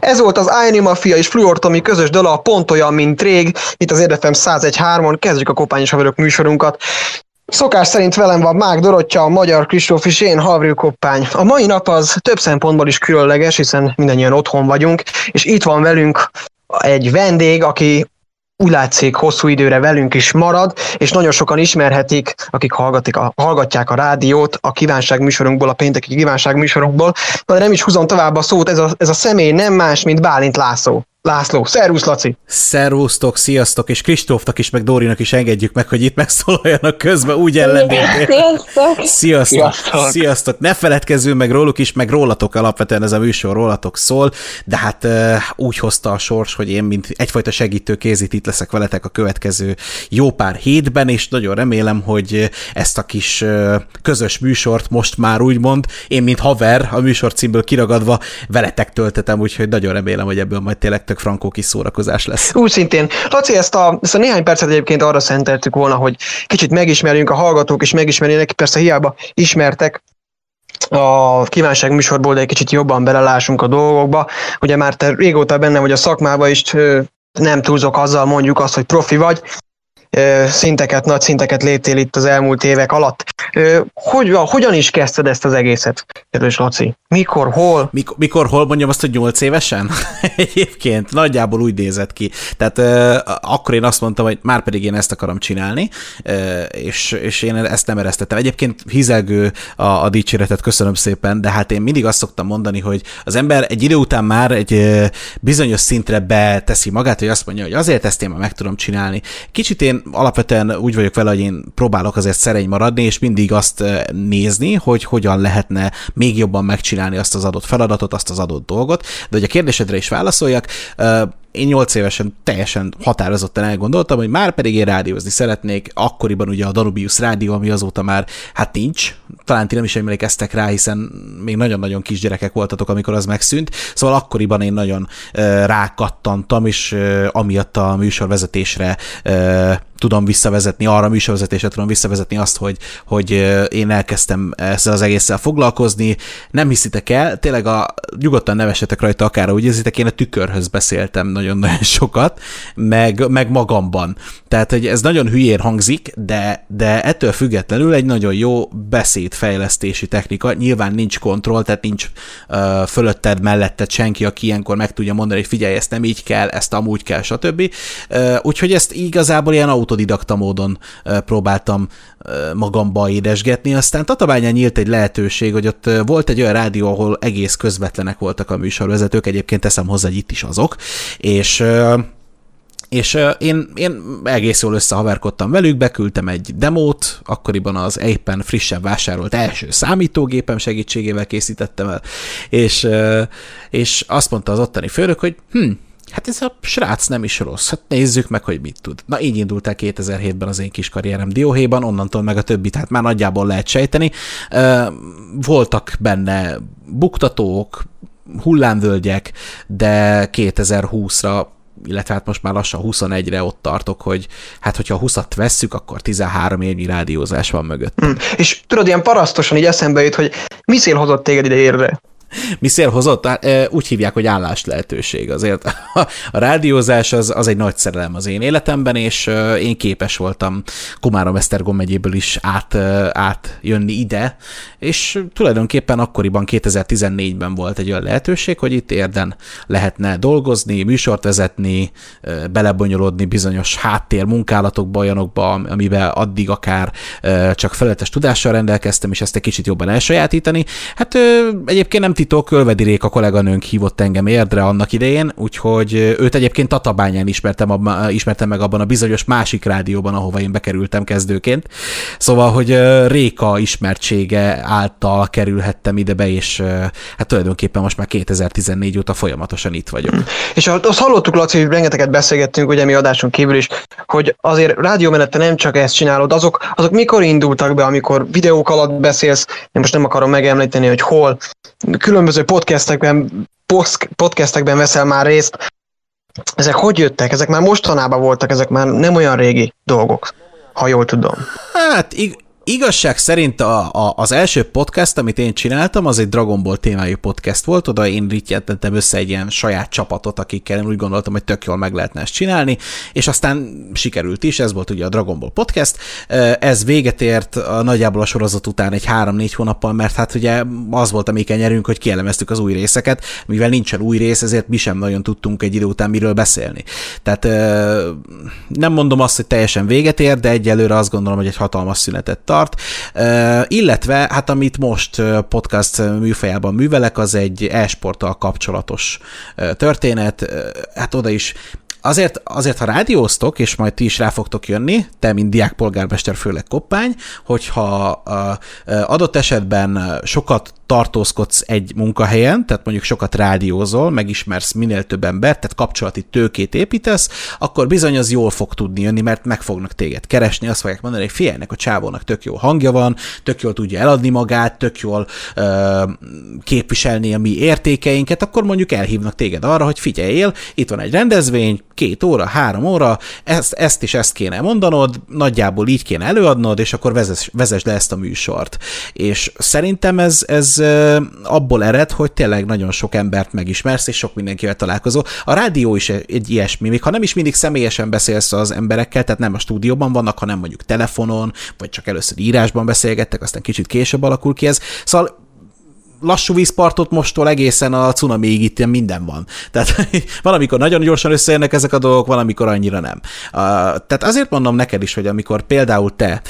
Ez volt az Ájni Mafia és Fluor Tomi közös dala, Pont olyan, mint rég, itt az Érdefem 101.3-on, kezdjük a Kopány és Haverok műsorunkat. Szokás szerint velem van Mák Dorottya, a Magyar Kristóf és én, Havril Koppány. A mai nap az több szempontból is különleges, hiszen mindannyian otthon vagyunk, és itt van velünk egy vendég, aki úgy látszik hosszú időre velünk is marad, és nagyon sokan ismerhetik, akik hallgatják a rádiót, a kívánságműsorunkból, a pénteki kívánságműsorunkból. De nem is húzom tovább a szót, ez a személy nem más, mint Bálint László. Szervusz, Laci! Szervusztok, sziasztok, és Kristófnak is, meg Dórinak is engedjük meg, hogy itt megszólaljanak közben, úgy ellentétben. Sziasztok! Ne feledkezzünk meg róluk is, meg rólatok alapvetően ez a műsor, rólatok szól, de hát úgy hozta a sors, hogy én, mint egyfajta segítő kézit itt leszek veletek a következő jó pár hétben, és nagyon remélem, hogy ezt a kis közös műsort most már úgymond, én, mint haver, a műsor címből kiragadva veletek töltetem, úgyhogy nagyon remélem, hogy ebből majd tényleg tök frankó kis szórakozás lesz. Úgy szintén. Laci, ezt a néhány percet egyébként arra szenteltük volna, hogy kicsit megismerjünk a hallgatók, és megismerjenek, persze hiába ismertek a kívánság műsorból, de egy kicsit jobban belelássunk a dolgokba. Ugye már te régóta benne vagy a szakmában is, nem túlzok azzal, mondjuk azt, hogy profi vagy. Nagy szinteket léptél itt az elmúlt évek alatt. Hogyan is kezdted ezt az egészet, kedves Laci? Mikor, hol? Mikor, hol, mondjam azt, hogy 8 évesen? Egyébként nagyjából úgy nézett ki. Tehát akkor én azt mondtam, hogy már pedig én ezt akarom csinálni, és én ezt nem eresztettem. Egyébként hizelgő a dicséretet, köszönöm szépen, de hát én mindig azt szoktam mondani, hogy az ember egy idő után már egy bizonyos szintre beteszi magát, hogy azt mondja, hogy azért ezt én már meg tudom csinálni. Kicsit én alapvetően úgy vagyok vele, hogy én próbálok azért szerény maradni, és mindig azt nézni, hogy hogyan lehetne még jobban megcsinálni azt az adott feladatot, azt az adott dolgot. De hogy a kérdésedre is válaszoljak, én 8 évesen teljesen határozottan elgondoltam, hogy már pedig én rádiózni szeretnék. Akkoriban ugye a Danubius rádió, ami azóta már hát nincs. Talán ti nem is emlékeztek rá, hiszen még nagyon-nagyon kisgyerekek voltatok, amikor az megszűnt. Szóval akkoriban én nagyon rákattantam, és amiatt a műsorvezetésre tudom visszavezetni, arra a műsorvezetésre tudom visszavezetni azt, hogy én elkezdtem ezzel az egésszel foglalkozni. Nem hiszitek el, tényleg nyugodtan nevessetek rajta, akár úgy érzitek, én a tükörhöz beszéltem nagyon-nagyon sokat, meg magamban. Tehát, hogy ez nagyon hülyén hangzik, de ettől függetlenül egy nagyon jó beszédfejlesztési technika. Nyilván nincs kontroll, tehát nincs fölötted, melletted senki, aki ilyenkor meg tudja mondani, hogy figyelj, ezt nem így kell, ezt amúgy kell, stb. Úgyhogy ezt igazából ilyen autodidakta módon próbáltam magamba édesgetni. Aztán Tatabányán nyílt egy lehetőség, hogy ott volt egy olyan rádió, ahol egész közvetlenek voltak a műsorvezetők, egyébként teszem hozzá, hogy itt is azok, és én egész jól összehaverkodtam velük, beküldtem egy demót, akkoriban az éppen frissen vásárolt első számítógépem segítségével készítettem el, és azt mondta az ottani főnök, hogy hát ez a srác nem is rossz, hát nézzük meg, hogy mit tud. Na, így indult el 2007-ben az én kis karrierem Dióhéjban, onnantól meg a többit, hát már nagyjából lehet sejteni. Voltak benne buktatók, hullámvölgyek, de 2020-ra, illetve hát most már lassan 21-re ott tartok, hogy hát hogyha 20-at vesszük, akkor 13 évnyi rádiózás van mögött. És tudod, ilyen parasztosan így eszembe jut, hogy mi szél hozott téged ide érre? Mi szél hozott? Úgy hívják, hogy állás lehetőség. Azért a rádiózás az egy nagy szerelem az én életemben, és én képes voltam Komárom-Esztergom megyéből is átjönni ide, és tulajdonképpen akkoriban 2014-ben volt egy olyan lehetőség, hogy itt Érden lehetne dolgozni, műsort vezetni, belebonyolódni bizonyos háttérmunkálatokba, olyanokba, amiben addig akár csak felületes tudással rendelkeztem, és ezt egy kicsit jobban elsajátítani. Hát egyébként nem titok, Ölvedi Réka kolléganőnk hívott engem Érdre annak idején, úgyhogy őt egyébként Tatabányán ismertem meg abban a bizonyos másik rádióban, ahova én bekerültem kezdőként. Szóval, hogy Réka ismertsége által kerülhettem ide be, és hát tulajdonképpen most már 2014 óta folyamatosan itt vagyok. És azt hallottuk, Laci, hogy rengeteget beszélgettünk, ugye mi adáson kívül is, hogy azért rádiómenete nem csak ezt csinálod, azok mikor indultak be, amikor videók alatt beszélsz, én most nem akarom megemlíteni, hogy hol, különböző podcastekben veszel már részt. Ezek hogy jöttek? Ezek már mostanában voltak, ezek már nem olyan régi dolgok, ha jól tudom. Hát Igazság szerint az első podcast, amit én csináltam, az egy Dragon Ball témájú podcast volt, oda én rittyettem össze egy ilyen saját csapatot, akikkel én úgy gondoltam, hogy tök jól meg lehetne ezt csinálni, és aztán sikerült is, ez volt ugye a Dragon Ball podcast, ez véget ért nagyjából a sorozat után egy 3-4 hónappal, mert hát ugye az volt a mékeny erőnk, hogy kielemeztük az új részeket, mivel nincsen új rész, ezért mi sem nagyon tudtunk egy idő után miről beszélni. Tehát nem mondom azt, hogy teljesen véget ért, de egyelőre azt gondolom, hogy egy hatalmas szünetet tart, illetve hát amit most podcast műfajában művelek, az egy e-sporttal kapcsolatos történet, hát oda is Azért, ha rádióztok, és majd ti is rá fogtok jönni, te, mint diákpolgármester, főleg Koppány, hogyha adott esetben sokat tartózkodsz egy munkahelyen, tehát mondjuk sokat rádiózol, megismersz minél több embert, tehát kapcsolati tőkét építesz, akkor bizony az jól fog tudni jönni, mert meg fognak téged keresni, azt fogják mondani, hogy figyelj, ennek a csávónak tök jó hangja van, tök jól tudja eladni magát, tök jól képviselni a mi értékeinket, akkor mondjuk elhívnak téged arra, hogy figyeljél, itt van egy rendezvény, 2 óra, 3 óra, ezt és ezt kéne mondanod, nagyjából így kéne előadnod, és akkor vezess le ezt a műsort. És szerintem ez abból ered, hogy tényleg nagyon sok embert megismersz, és sok mindenkivel találkozol. A rádió is egy ilyesmi, még ha nem is mindig személyesen beszélsz az emberekkel, tehát nem a stúdióban vannak, hanem mondjuk telefonon, vagy csak először írásban beszélgettek, aztán kicsit később alakul ki ez. Szóval lassú vízpartot mostól egészen a cunamiig itt minden van. Tehát valamikor nagyon gyorsan összejönnek ezek a dolgok, valamikor annyira nem. Tehát azért mondom neked is, hogy amikor például te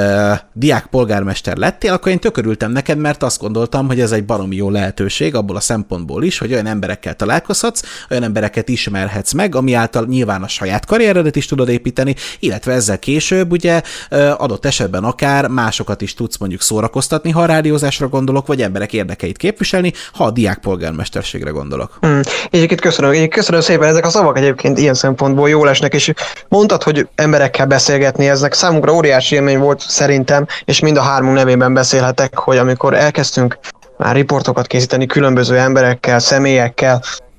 diákpolgármester lettél, akkor én tök örültem neked, mert azt gondoltam, hogy ez egy baromi jó lehetőség abból a szempontból is, hogy olyan emberekkel találkozhatsz, olyan embereket ismerhetsz meg, ami által nyilván a saját karrieredet is tudod építeni, illetve ezzel később ugye adott esetben akár másokat is tudsz mondjuk szórakoztatni, ha a rádiózásra gondolok, vagy emberek érdekeit képviselni, ha a diákpolgármesterségre gondolok. Egyébként köszönöm szépen, ezek a szavak egyébként ilyen szempontból jól esnek, és mondtad, hogy emberekkel beszélgetni, eznek számunkra óriási élmény volt szerintem, és mind a hármunk nevében beszélhetek, hogy amikor elkezdtünk már riportokat készíteni különböző emberekkel, személyekkel,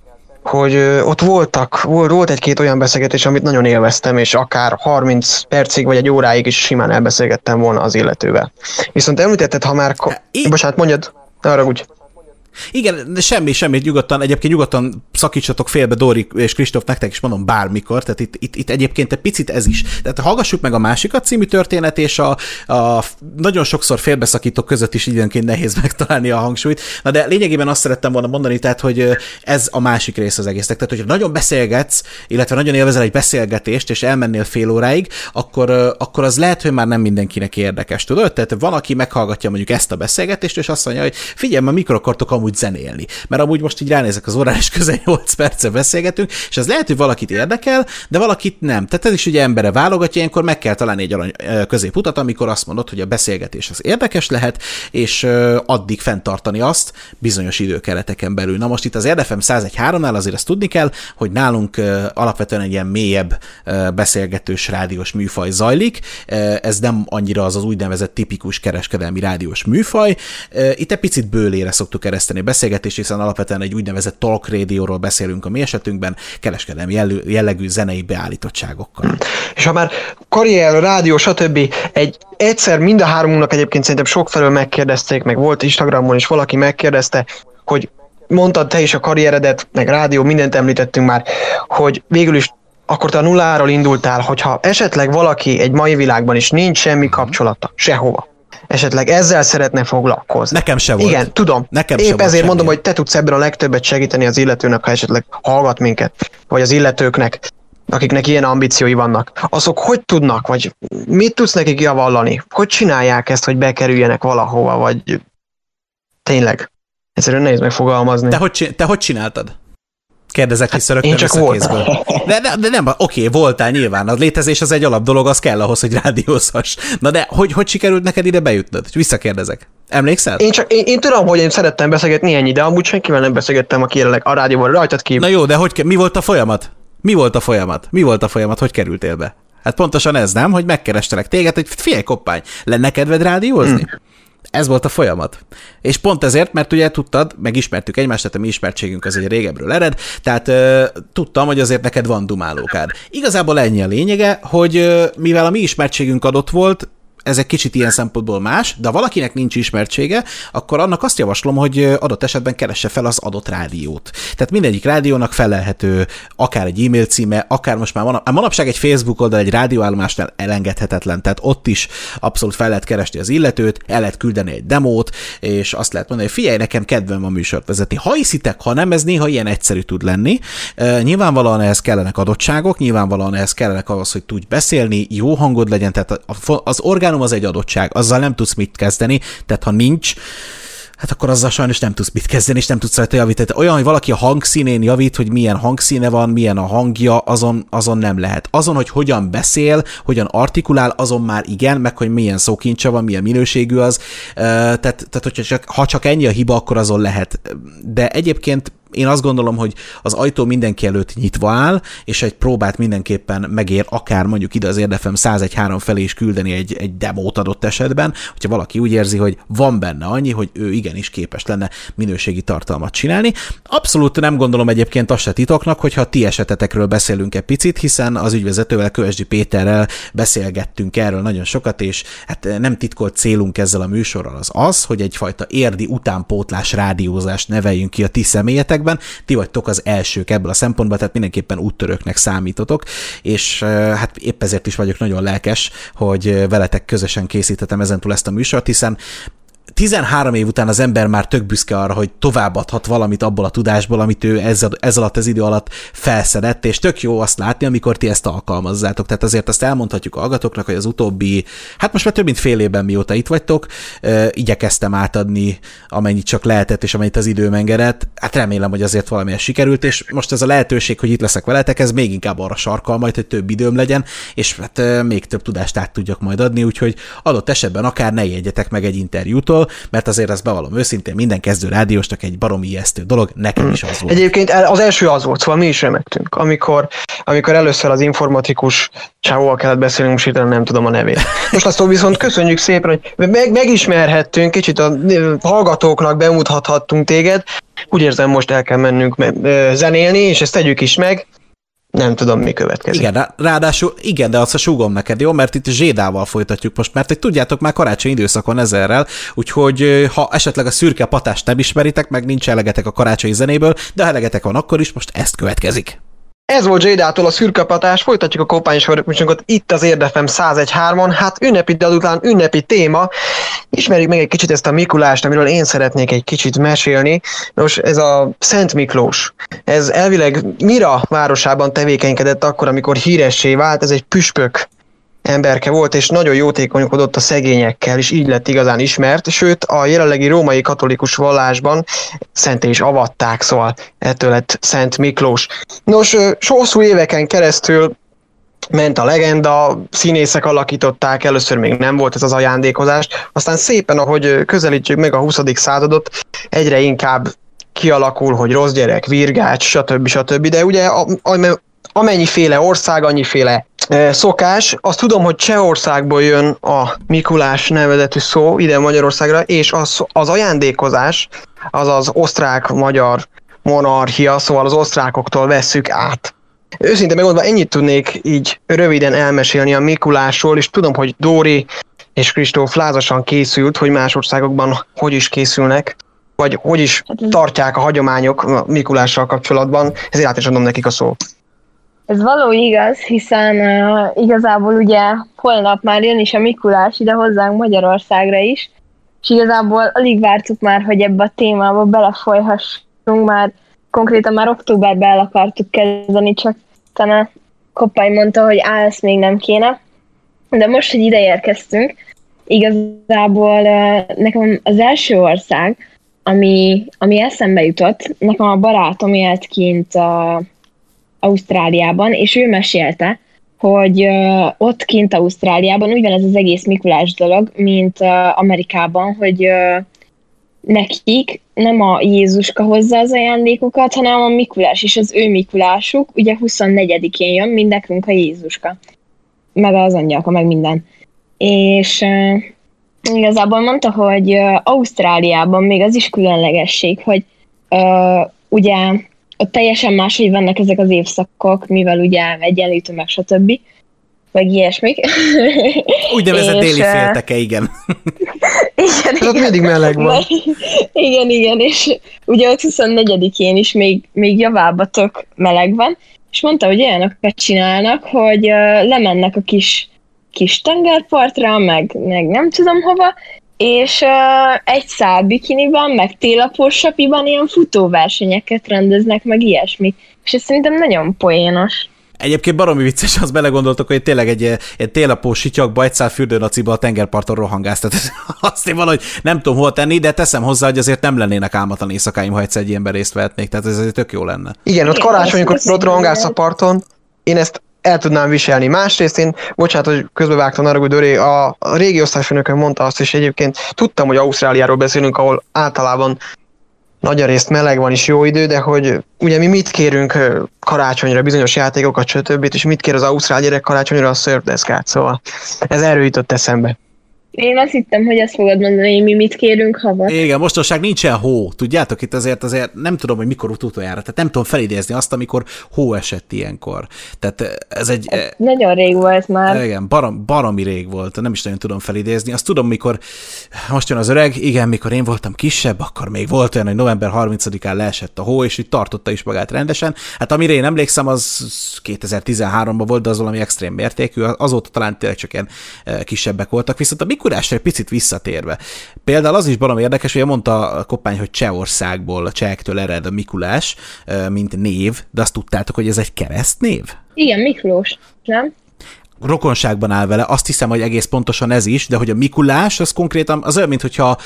hogy ott volt egy-két olyan beszélgetés, amit nagyon élveztem, és akár 30 percig vagy egy óráig is simán elbeszélgettem volna az illetővel. Viszont említetted, ha már... Bocsánat, mondjad, ne haragudj. Igen, de semmi, nyugodtan szakítsatok félbe, Dóri és Kristóf, nektek is mondom bármikor, tehát itt egyébként egy picit ez is. Tehát hallgassuk meg a Másikat című történet, és a nagyon sokszor félbeszakítók között is időnként nehéz megtalálni a hangsúlyt. Na de lényegében azt szerettem volna mondani, tehát, hogy ez a másik rész az egésznek. Tehát, hogyha nagyon beszélgetsz, illetve nagyon élvezel egy beszélgetést, és elmennél fél óráig, akkor az lehet, hogy már nem mindenkinek érdekes, tudod? Tehát van, aki meghallgatja mondjuk ezt a beszélgetést, és azt mondja, hogy figyelj, ma mikor akartok amúgy zenélni. Mert amúgy most így ránézek az órára, és közel 8 perce beszélgetünk, és az lehet, hogy valakit érdekel, de valakit nem. Tehát ez is ugye embere válogatja, ilyenkor meg kell találni egy arany középutat, amikor azt mondod, hogy a beszélgetés az érdekes lehet, és addig fenntartani azt bizonyos időkereteken belül. Na most itt az RFM 101.3-nál azért azt tudni kell, hogy nálunk alapvetően egy ilyen mélyebb beszélgetős rádiós műfaj zajlik. Ez nem annyira az úgynevezett tipikus kereskedelmi rádiós műfaj. Itt egy picit bőlére szoktuk ereszteni beszélgetés, hiszen alapvetően egy úgynevezett talk rádióról beszélünk a mi esetünkben, kereskedelmi jellegű zenei beállítottságokkal. És ha már karrier, rádió, stb. Egyszer mind a hármunknak egyébként szerintem sokfelől megkérdezték, meg volt Instagramon is valaki megkérdezte, hogy mondtad te is a karrieredet, meg rádió, mindent említettünk már, hogy végül is akkor te a nulláról indultál, hogyha esetleg valaki egy mai világban is nincs semmi kapcsolata, sehova, esetleg ezzel szeretne foglalkozni. Nekem se volt. Igen, tudom. Nekem épp ezért mondom, hogy te tudsz ebben a legtöbbet segíteni az illetőnek, ha esetleg hallgat minket, vagy az illetőknek, akiknek ilyen ambíciói vannak. Azok hogy tudnak, vagy mit tudsz nekik javallani? Hogy csinálják ezt, hogy bekerüljenek valahova, vagy tényleg? Egyszerűen nehéz megfogalmazni. Te hogy csináltad? Kérdezek vissza rögtön én csak voltam. De nem, oké, voltál nyilván. A létezés az egy alap dolog, az kell ahhoz, hogy rádiózhass. Na de hogy sikerült neked ide bejutnod? Visszakérdezek. Emlékszel? Én tudom, hogy én szerettem beszélgetni ennyi, de amúgy senkivel nem beszélgettem, aki jelenleg a rádióban rajtad kívül. Na jó, de mi volt a folyamat? Mi volt a folyamat? Hogy kerültél be? Hát pontosan ez, nem? Hogy megkerestelek téged, hogy figyelj, Koppány, lenne kedved rádiózni? Ez volt a folyamat. És pont ezért, mert ugye tudtad, megismertük egymást, tehát a mi ismertségünk az egy régebről ered, tehát tudtam, hogy azért neked van dumálókád. Igazából ennyi a lényege, hogy mivel a mi ismertségünk adott volt, ez egy kicsit ilyen szempontból más, de ha valakinek nincs ismertsége, akkor annak azt javaslom, hogy adott esetben keresse fel az adott rádiót. Tehát mindegyik rádiónak felelhető akár egy e-mail címe, akár most már manapság egy Facebook oldal egy rádióállomásnál elengedhetetlen, tehát ott is abszolút fel lehet keresni az illetőt, el lehet küldeni egy demót, és azt lehet mondani, hogy figyelj, nekem kedvem a műsort vezetni. Ha hiszitek, ha nem, ez néha ilyen egyszerű tud lenni. Nyilvánvalóan ehhez kellenek adottságok, nyilvánvalóan ehhez kellenek ahhoz, hogy tudj beszélni, jó hangod legyen, tehát az orgánum az egy adottság, azzal nem tudsz mit kezdeni, tehát ha nincs, hát akkor azzal sajnos nem tudsz mit kezdeni, és nem tudsz rajta javítani. Olyan, hogy valaki a hangszínén javít, hogy milyen hangszíne van, milyen a hangja, azon nem lehet. Azon, hogy hogyan beszél, hogyan artikulál, azon már igen, meg hogy milyen szókincse van, milyen minőségű az. Tehát hogyha ha csak ennyi a hiba, akkor azon lehet. De egyébként én azt gondolom, hogy az ajtó mindenki előtt nyitva áll, és egy próbát mindenképpen megér, akár mondjuk ide az Érdefem 101.3 felé is küldeni egy demót adott esetben, hogyha valaki úgy érzi, hogy van benne annyi, hogy ő igenis képes lenne minőségi tartalmat csinálni. Abszolút nem gondolom egyébként azt se titoknak, hogyha a ti esetetekről beszélünk egy picit, hiszen az ügyvezetővel, Kövesdi Péterrel beszélgettünk erről nagyon sokat, és hát nem titkolt célunk ezzel a műsorral az, hogy egyfajta érdi utánpótlás rádiózást neveljünk ki a ti személyetekben. Ti vagytok az elsők ebből a szempontból, tehát mindenképpen úttörőknek számítotok, és hát épp ezért is vagyok nagyon lelkes, hogy veletek közösen készítettem ezentúl ezt a műsort, hiszen 13 év után az ember már tök büszke arra, hogy továbbadhat valamit abból a tudásból, amit ő ez alatt az idő alatt felszedett, és tök jó azt látni, amikor ti ezt alkalmazzátok. Tehát azért azt elmondhatjuk a hallgatóknak, hogy az utóbbi, hát most már több mint fél évben mióta itt vagytok, igyekeztem átadni, amennyit csak lehetett, és amennyit az időm engedett. Hát remélem, hogy azért valamilyen sikerült, és most ez a lehetőség, hogy itt leszek veletek, ez még inkább arra sarkal majd, hogy több időm legyen, és hát még több tudást át tudjak majd adni, úgyhogy adott esetben akár ne jegyetek meg egy interjútól, mert azért ezt bevallom őszintén, minden kezdő rádiósnak egy baromi ijesztő dolog, nekem is az volt. Egyébként az első az volt, szóval mi is remegtünk. Amikor először az informatikus csávóval kellett beszélnünk, most hirtelen nem tudom a nevét. Most azt viszont köszönjük szépen, hogy megismerhettünk, kicsit a hallgatóknak bemutathattunk téged. Úgy érzem, most el kell mennünk zenélni, és ezt tegyük is meg. Nem tudom, mi következik. Igen, ráadásul igen, de azt a súgom neked, jó? Mert itt Zsédával folytatjuk most, mert tudjátok, már karácsony időszakon ezerrel, úgyhogy ha esetleg a Szürke Patást nem ismeritek, meg nincs elegetek a karácsonyi zenéből, de ha elegetek van akkor is, most ezt következik. Ez volt Zsédától a Szürke Patás, folytatjuk a Kopányos Vagyok itt az Érdefem 101.3-on, hát ünnepi délután, ünnepi téma. Ismerjük meg egy kicsit ezt a Mikulást, amiről én szeretnék egy kicsit mesélni. Nos, ez a Szent Miklós. Ez elvileg Mira városában tevékenykedett akkor, amikor híressé vált, ez egy püspök emberke volt, és nagyon jótékonykodott a szegényekkel, és így lett igazán ismert, sőt a jelenlegi római katolikus vallásban szenté is avatták, szóval ettől lett Szent Miklós. Nos, hosszú éveken keresztül ment a legenda, színészek alakították, először még nem volt ez az ajándékozás, aztán szépen, ahogy közelítjük meg a 20. századot, egyre inkább kialakul, hogy rossz gyerek, virgács, stb. De ugye amennyiféle ország, annyiféle szokás. Azt tudom, hogy Csehországból jön a Mikulás nevezetű szó ide Magyarországra, és az ajándékozás, az az osztrák-magyar monarchia, szóval az osztrákoktól vesszük át. Őszintén megmondva, ennyit tudnék így röviden elmesélni a Mikulásról, és tudom, hogy Dóri és Kristóf lázasan készült, hogy más országokban hogy is készülnek, vagy hogy is tartják a hagyományok a Mikulással kapcsolatban, ezért át is adom nekik a szót. Ez való igaz, hiszen igazából ugye holnap már jön is a Mikulás ide hozzánk Magyarországra is, és igazából alig vártuk már, hogy ebbe a témába belefolyhassunk, már konkrétan már októberben el akartuk kezdeni, csak talán Koppány mondta, hogy ezt még nem kéne. De most, hogy ide érkeztünk, igazából nekem az első ország, ami eszembe jutott, nekem a barátom élt kint Ausztráliában, és ő mesélte, hogy ott kint Ausztráliában úgy van ez az egész Mikulás dolog, mint Amerikában, hogy nekik nem a Jézuska hozza az ajándékokat, hanem a Mikulás, és az ő Mikulásuk ugye 24-én jön, mind nekünk a Jézuska, meg az angyalka, meg minden. És igazából mondta, hogy Ausztráliában még az is különlegesség, hogy ugye ott teljesen máshogy vannak ezek az évszakok, mivel ugye egyenlítő meg stb. meg ilyesmik. Úgynevezett déli félteke, igen. Igen. Ott mindig meleg van. Igen, és ugye ott 24-én is még javába tök meleg van, és mondta, hogy olyanokat csinálnak, hogy lemennek a kis tengerpartra, meg nem tudom hova, és egy szál bikiniban, meg télapós sapiban ilyen futóversenyeket rendeznek, meg ilyesmi. És ez szerintem nagyon poénos. Egyébként baromi vicces, azt belegondoltok, hogy tényleg egy télapós sityakba, egy szál fürdőnaciba a tengerparton rohangálsz. Tehát azt én valahogy nem tudom hol tenni, de teszem hozzá, hogy azért nem lennének álmatlan éjszakáim, ha egyszer egy ilyenben részt vehetnék. Tehát ez tök jó lenne. Igen, ott karácsonykor ott rohangálsz a parton, én ezt el tudnám viselni. Másrészt én, bocsánat, hogy közbevágtam arra, hogy Dori, a régi osztályfőnökön mondta azt is egyébként, tudtam, hogy Ausztráliáról beszélünk, ahol általában nagyrészt meleg van és jó idő, de hogy ugye mi mit kérünk karácsonyra, bizonyos játékokat, stb. És mit kér az ausztrál gyerek karácsonyra? A szörfdeszkát, szóval ez erről jutott eszembe. Én azt hittem, hogy ezt fogod mondani, hogy mi mit kérünk havat. Igen, mostanság nincsen hó, tudjátok, itt azért nem tudom, hogy mikor utoljára, tehát nem tudom felidézni azt, amikor hó esett ilyenkor. Tehát ez egy... Nagyon rég volt már. Igen, baromi rég volt, nem is nagyon tudom felidézni. Azt tudom, mikor, most jön az öreg, igen, mikor én voltam kisebb, akkor még volt olyan, hogy november 30-án leesett a hó, és így tartotta is magát rendesen. Hát amire én emlékszem, az 2013-ban volt, de az valami extrém mértékű, azóta talán tényleg csak ilyen kisebbek voltak, viszont a Mikulásra egy picit visszatérve. Például az is valami érdekes, hogy mondta a Koppány, hogy Csehországból, a csehektől ered a Mikulás, mint név, de azt tudtátok, hogy ez egy keresztnév? Igen, Miklós, nem? Rokonságban áll vele, azt hiszem, hogy egész pontosan ez is, de hogy a Mikulás, az konkrétan az olyan, mintha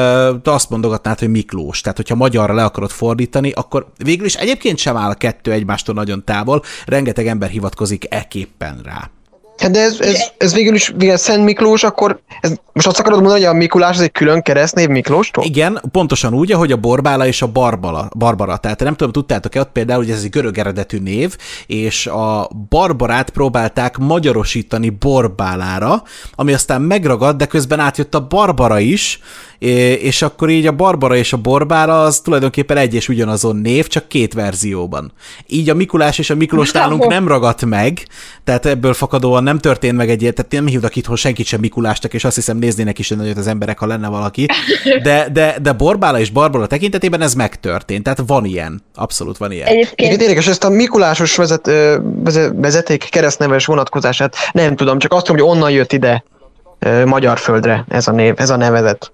te azt mondogatnád, hogy Miklós. Tehát, hogyha magyarra le akarod fordítani, akkor végül is egyébként sem áll a kettő egymástól nagyon távol, rengeteg ember hivatkozik ekképpen rá. Hát de ez végül is Szent Miklós, akkor most azt akarod mondani, hogy a Mikulás az egy külön keresztnév Miklóstól? Igen, pontosan úgy, ahogy a Borbála és a Barbara. Tehát nem tudom, tudtátok-e ott például, hogy ez egy görög eredetű név, és a Barbarát próbálták magyarosítani Borbálára, ami aztán megragadt, de közben átjött a Barbara is, és akkor így a Barbara és a Borbála az tulajdonképpen egy és ugyanazon név, csak két verzióban. Így a Mikulás és a Miklós nálunk nem ragadt meg, tehát ebből fakadóan nem történt meg egy ilyen, tehát nem hívnak itthon senkit sem Mikulásnak, és azt hiszem néznének is nagyot az emberek, ha lenne valaki, de Borbála és Barbara tekintetében ez megtörtént, tehát van ilyen, abszolút van ilyen. Egyébként érdekes, ezt a Mikulásos vezeték keresztneves vonatkozását nem tudom, csak azt tudom, hogy onnan jött ide magyar földre ez a név, ez a nevezet.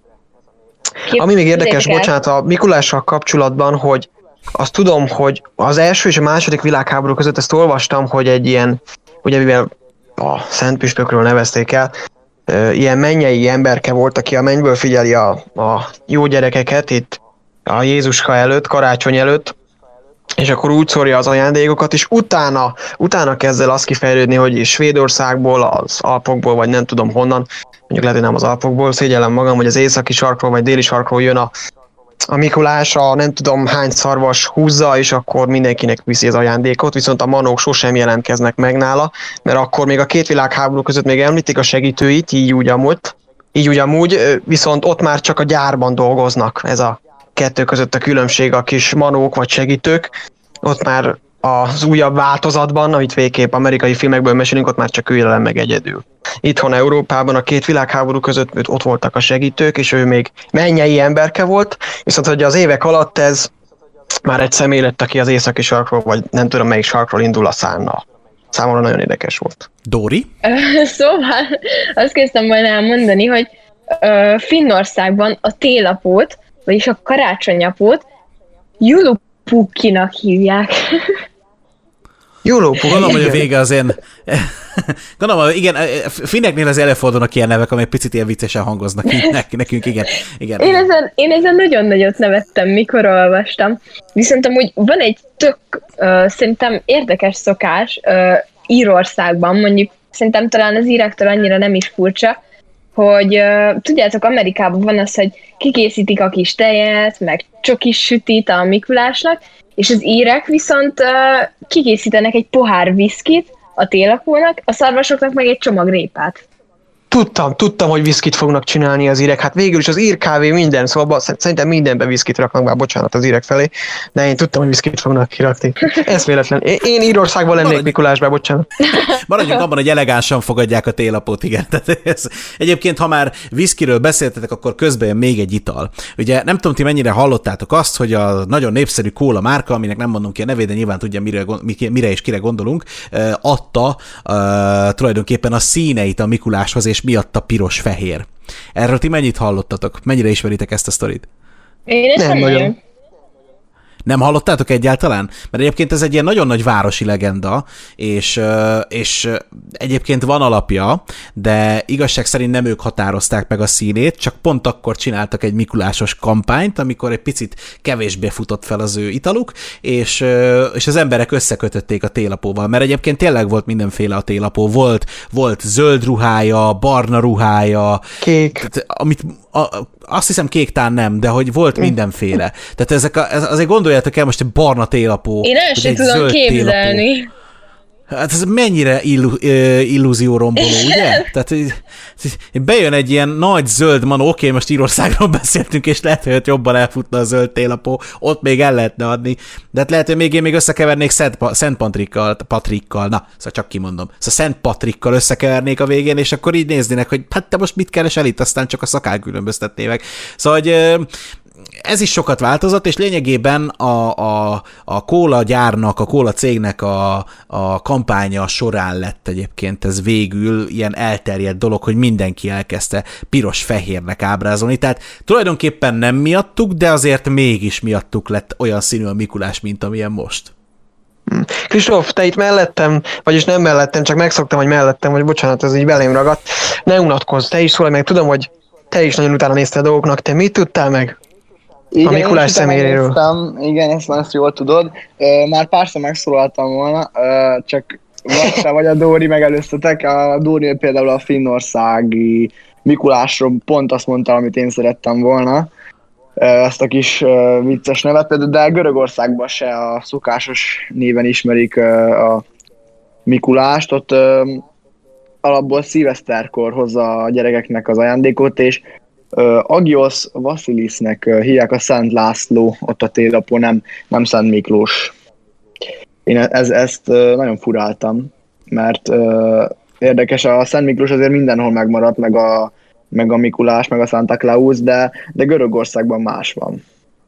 Ami még érdekes, bocsánat, a Mikulással kapcsolatban, hogy azt tudom, hogy az első és a második világháború között ezt olvastam, hogy egy ilyen, ugye mivel a Szent Püspökről nevezték el, ilyen mennyei emberke volt, aki a mennyből figyeli a jó gyerekeket itt a Jézuska előtt, karácsony előtt, és akkor úgy szórja az ajándékokat, és utána kezd el azt kifejlődni, hogy Svédországból, az Alpokból, vagy nem tudom honnan, mondjuk lehet, hogy nem az Alpokból, szégyellem magam, hogy az északi sarkról, vagy déli sarkról jön a Mikulás, a nem tudom hány szarvas húzza, és akkor mindenkinek viszi az ajándékot, viszont a manók sosem jelentkeznek meg nála, mert akkor még a két világháború között még említik a segítőit, így úgy amúgy, viszont ott már csak a gyárban dolgoznak, ez a kettő között a különbség, a kis manók vagy segítők, ott már az újabb változatban, amit végképp amerikai filmekből mesélünk, ott már csak ő jelen meg egyedül. Itthon Európában a két világháború között ott voltak a segítők, és ő még mennyei emberke volt, viszont hogy az évek alatt ez már egy személy lett, aki az északi sarkról, vagy nem tudom melyik sarkról indul a szánnal. Számomra nagyon érdekes volt. Dóri? Szóval azt kezdtem majd elmondani, hogy Finnországban a télapót, vagyis a karácsonyapót Julupukkinak hívják. Julupukki. Gondolom, hogy a vége az én... Gondolom, igen, finneknél az előfordulnak ilyen nevek, amelyek picit ilyen viccesen hangoznak nekünk, igen. Én ezen nagyon nagyot nevettem, mikor olvastam. Viszont amúgy van egy tök szerintem érdekes szokás Írországban, mondjuk szerintem talán az írektől annyira nem is furcsa, hogy tudjátok, Amerikában van az, hogy kikészítik a kis tejet, meg csokis sütit a Mikulásnak, és az írek viszont kikészítenek egy pohár viszkit a télapónak, a szarvasoknak meg egy csomag répát. Tudtam, hogy viszkit fognak csinálni az írek. Hát végül is az írkávé minden, szóval szerintem mindenben viszkit raknak, már bocsánat az írek felé, de én tudtam, hogy viszkit fognak kirakni. Ez véletlen. Én Írországban lennék Mikulásban, bocsánat. Maradjunk abban, hogy elegánsan fogadják a télapót, igen. Tehát egyébként, ha már viszkiről beszéltetek, akkor közben jön még egy ital. Ugye nem tudom, ti mennyire hallottátok azt, hogy a nagyon népszerű kóla márka, aminek nem mondom ki a nevét, de nyilván tudja, mire és kire gondolunk, adta tulajdonképpen a színeit a Mikuláshoz, és miatt a piros-fehér. Erről ti mennyit hallottatok? Mennyire ismeritek ezt a sztorit? Én ezt nem nagyon. Nem hallottátok egyáltalán? Mert egyébként ez egy ilyen nagyon nagy városi legenda, és egyébként van alapja, de igazság szerint nem ők határozták meg a színét, csak pont akkor csináltak egy mikulásos kampányt, amikor egy picit kevésbé futott fel az ő italuk, és az emberek összekötötték a télapóval, mert egyébként tényleg volt mindenféle a télapó. Volt zöld ruhája, barna ruhája, kék. Azt hiszem kéktán nem, de hogy volt mindenféle. Tehát azért gondoljátok el most egy barna télapó. Én el sem tudom képzelni. Télapó. Hát ez mennyire illúzióromboló, ugye? Tehát bejön egy ilyen nagy zöld manó, oké, most Írországról beszéltünk, és lehet, hogy jobban elfutna a zöld télapó, ott még el lehetne adni, de hát lehet, hogy én összekevernék Szent Patrikkal, na, szóval csak kimondom. Szóval Szent Patrikkal összekevernék a végén, és akkor így néznének, hogy hát te most mit keresel itt, aztán csak a szakán különböztetné meg. Szóval, hogy ez is sokat változott, és lényegében a kóla gyárnak, a kóla cégnek a kampánya során lett egyébként ez végül ilyen elterjedt dolog, hogy mindenki elkezdte piros-fehérnek ábrázolni, tehát tulajdonképpen nem miattuk, de azért mégis miattuk lett olyan színű a Mikulás, mint amilyen most. Kristóf, te itt mellettem, vagyis nem mellettem, csak megszoktam, hogy mellettem, vagy bocsánat, ez így belém ragadt. Ne unatkozz, te is szólj meg, tudom, hogy te is nagyon utána néztél a dolgoknak, te mit tudtál meg? Igen, a Mikulás személyéről. Igen, ezt jól tudod. Már párszor megszólaltam volna, csak vagy a Dóri megelőztetek. A Dóri például a finnországi Mikulásról pont azt mondta, amit én szerettem volna. Ezt a kis vicces nevet, például, de Görögországban se a szokásos néven ismerik a Mikulást. Ott alapból szilveszterkor hozza a gyerekeknek az ajándékot, és Agios Vasilisnek hívják, a Szent László ott a télapó, nem Szent Miklós. Én ezt nagyon furáltam, mert érdekes, a Szent Miklós azért mindenhol megmaradt, meg a Mikulás, meg a Santa Claus, de Görögországban más van.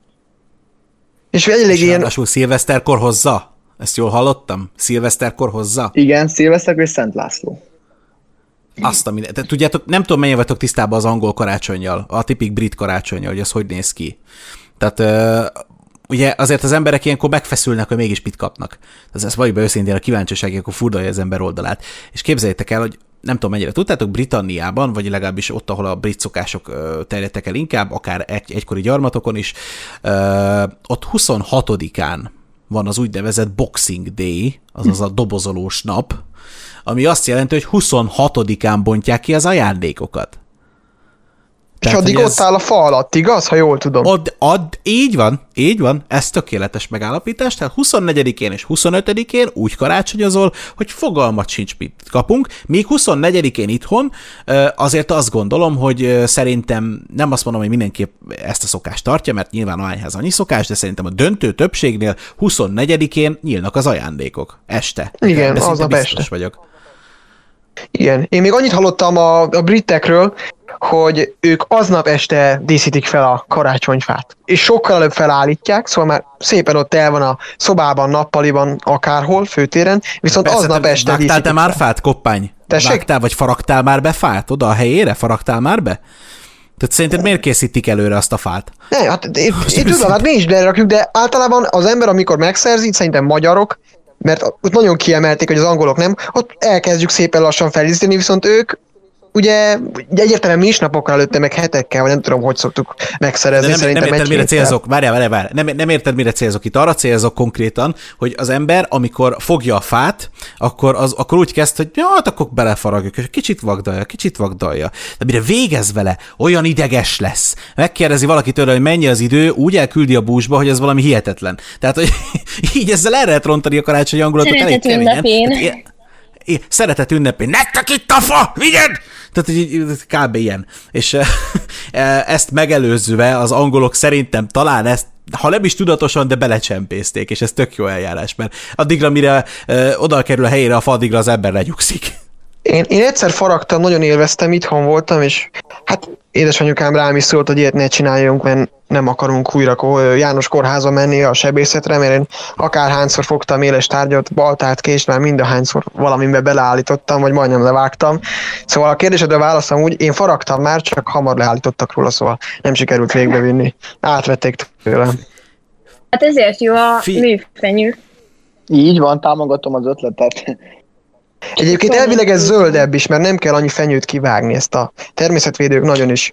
És elég ilyen... Ráadásul szilveszterkor hozza? Ezt jól hallottam? Szilveszterkor hozza? Igen, szilveszterkor és Szent László. Azt, tudjátok, nem tudom, mennyire vagytok tisztában az angol karácsonnyal, a tipik brit karácsonnyal, hogy az hogy néz ki. Tehát ugye azért az emberek ilyenkor megfeszülnek, hogy mégis mit kapnak. Ez vagy be őszintén a kíváncsiság, akkor furdalja az ember oldalát. És képzeljétek el, hogy nem tudom, mennyire tudtátok, Britanniában, vagy legalábbis ott, ahol a brit szokások terjedtek el inkább, akár egykori gyarmatokon is, ott 26-án van az úgynevezett Boxing Day, azaz a dobozolós nap, ami azt jelenti, hogy 26-án bontják ki az ajándékokat. És addig ott áll a fa alatt, igaz? Ha jól tudom. Így van, ez tökéletes megállapítás, tehát 24-én és 25-én úgy karácsonyozol, hogy fogalmat sincs, mit kapunk, míg 24-én itthon azért azt gondolom, hogy szerintem, nem azt mondom, hogy mindenki ezt a szokást tartja, mert nyilván ahányház annyi szokás, de szerintem a döntő többségnél 24-én nyílnak az ajándékok. Este. Igen, aznap este. Vagyok. Igen. Én még annyit hallottam a britekről, hogy ők aznap este díszítik fel a karácsonyfát. És sokkal előbb felállítják, szóval már szépen ott el van a szobában, nappaliban, akárhol, főtéren, viszont persze, aznap este díszítik fel. Vágtál te már fát, Koppány? Tessék? Vágtál, vagy faragtál már be fát oda a helyére? Faragtál már be? Tehát szerinted miért készítik előre azt a fát? Ne, hát én tudom, hát mi is berakjuk, de általában az ember, amikor megszerzi, szerintem magyarok, mert ott nagyon kiemelték, hogy az angolok nem, ott elkezdjük szépen lassan feldíszíteni, viszont ők ugye egyértelműen mi is napokkal előtte, meg hetekkel, vagy nem tudom, hogy szoktuk megszerezni. Nem érted, mire célzok. Várjál. Nem érted, mire célzok. Itt arra célzok konkrétan, hogy az ember, amikor fogja a fát, akkor úgy kezd, hogy ja, hát akkor belefaragjuk, és kicsit vagdalja. De mire végez vele, olyan ideges lesz. Megkérdezi valaki tőle, hogy mennyi az idő, úgy elküldi a búzsba, hogy ez valami hihetetlen. Tehát, hogy így ezzel el lehet rontani a karácsonyi hangulatot elég keményen. Szeretet ünnepén. Nektek itt a fa, vigyed! Tehát kb. Ilyen. És ezt megelőzve az angolok szerintem talán ezt, ha nem is tudatosan, de belecsempészték, és ez tök jó eljárás, mert addigra, mire oda kerül a helyére a fa, addigra az ember lenyugszik. Én egyszer faragtam, nagyon élveztem, itthon voltam, és hát édesanyukám rám is szólt, hogy ilyet ne csináljunk, mert nem akarunk újra János kórházba menni a sebészetre, mert én akárhányszor fogtam éles tárgyat, baltát, kést, már mindahányszor valamiben beleállítottam, vagy majdnem levágtam. Szóval a kérdésedre válaszom úgy, én faragtam már, csak hamar leállítottak róla, szóval nem sikerült végbevinni. Átvették tőlem. Hát ezért jó a műfenyő. Így van, támogatom az ötletet. Egyébként elvileg ez zöldebb is, mert nem kell annyi fenyőt kivágni, ezt a természetvédők nagyon is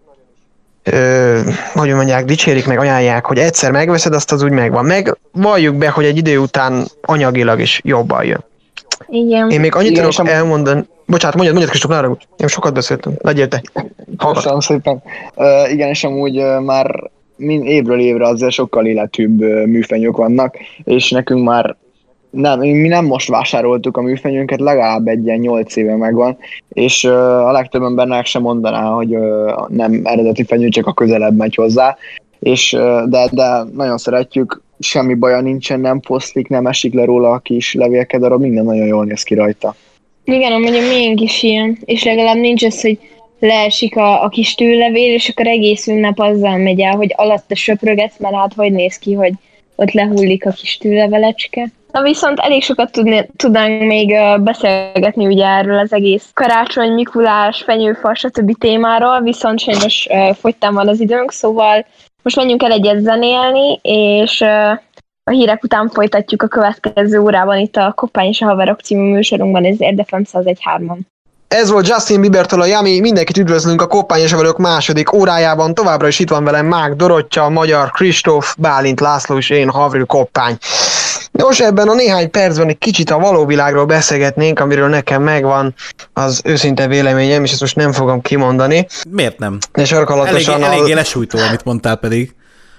nagyon mondják, dicsérik meg, ajánlják, hogy egyszer megveszed, azt az úgy megvan. Meg valljuk be, hogy egy idő után anyagilag is jobban jön. Igen. Én még annyit tudok elmondani. Bocsánat, mondjad, Kristóf, ne haragudj. Én sokat beszéltem. Legyél te. Köszönöm szépen. Igen, és amúgy már évről évre azért sokkal életűbb műfenyők vannak, és nekünk már mi nem most vásároltuk a műfenyőnket, legalább egy ilyen 8 éve megvan, és a legtöbb embernek sem mondaná, hogy nem eredeti fenyő, csak a közelebb megy hozzá, és, de nagyon szeretjük, semmi baja nincsen, nem foszlik, nem esik le róla a kis levélkedarab, minden nagyon jól néz ki rajta. Igen, amúgy a miénk is ilyen, és legalább nincs az, hogy leesik a kis tűlevél, és akkor egész ünnep azzal megy el, hogy alatta söprögetsz, mert hát hogy néz ki, hogy ott lehullik a kis tűlevelecske. Na viszont elég sokat tudnánk még beszélgetni ugye erről az egész karácsony, Mikulás, fenyőfa, stb. Témáról, viszont sajnos fogytán van az időnk, szóval most menjünk el egyet zenélni, és a hírek után folytatjuk a következő órában itt a Koppány és a Haverok című műsorunkban, ez Érdefem 101.3-on. Ez volt Justin Biebertől a Yummy, mindenkit üdvözlünk a Koppány és a Haverok második órájában, továbbra is itt van velem Mák Dorottya, Magyar Kristóf, Bálint László és én, Havril Koppány. Nos, ebben a néhány percben egy kicsit a való világról beszélgetnénk, amiről nekem megvan az őszinte véleményem, és ezt most nem fogom kimondani. Miért nem? De sarkalatosan... Eléggé lesújtó, amit mondtál pedig.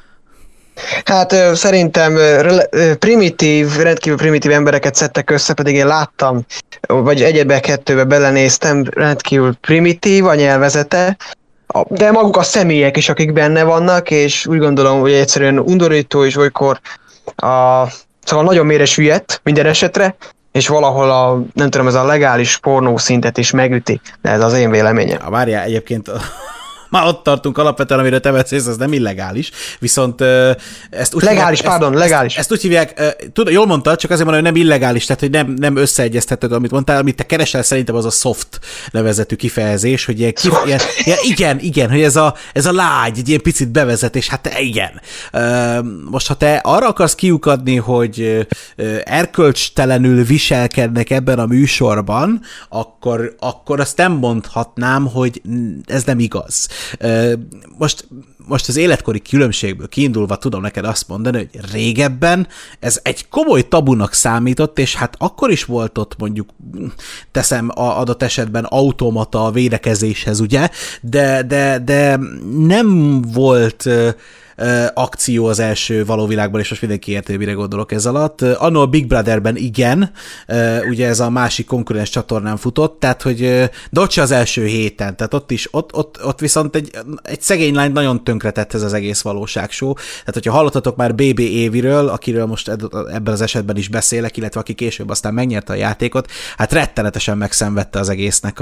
Hát szerintem rendkívül primitív embereket szedtek össze, pedig én láttam, vagy egyedbe kettőbe belenéztem, rendkívül primitív a nyelvezete, de maguk a személyek is, akik benne vannak, és úgy gondolom, hogy egyszerűen undorító is olykor szóval nagyon mélyre süllyedt minden esetre, és valahol nem tudom, ez a legális pornó szintet is megüti, de ez az én véleményem. Várjál, egyébként már ott tartunk alapvetően, amire te beszélsz, az nem illegális, viszont ezt úgy legális. Ezt úgy hívják, jól mondtad, csak azért mondom, hogy nem illegális, tehát hogy nem összeegyeztethető, amit mondtál, amit te keresel, szerintem az a soft nevezetű kifejezés, hogy igen, hogy ez a lágy, egy ilyen picit bevezetés, hát igen. Most, ha te arra akarsz kiukadni, hogy erkölcstelenül viselkednek ebben a műsorban, akkor azt nem mondhatnám, hogy ez nem igaz. Most az életkori különbségből kiindulva tudom neked azt mondani, hogy régebben ez egy komoly tabunak számított, és hát akkor is volt ott mondjuk, teszem adott esetben automata a védekezéshez, ugye, de nem volt akció az első való világban, és most mindenki érti, mire gondolok ez alatt. Anno a Big Brotherben igen, ugye ez a másik konkurens csatornán futott, tehát hogy de ott se az első héten, tehát ott viszont egy szegény lányt nagyon tönkretett ez az egész valóságshow. Tehát hogyha hallottatok már BB Éviről, akiről most ebben az esetben is beszélek, illetve aki később aztán megnyerte a játékot, hát rettenetesen megszenvedte az egésznek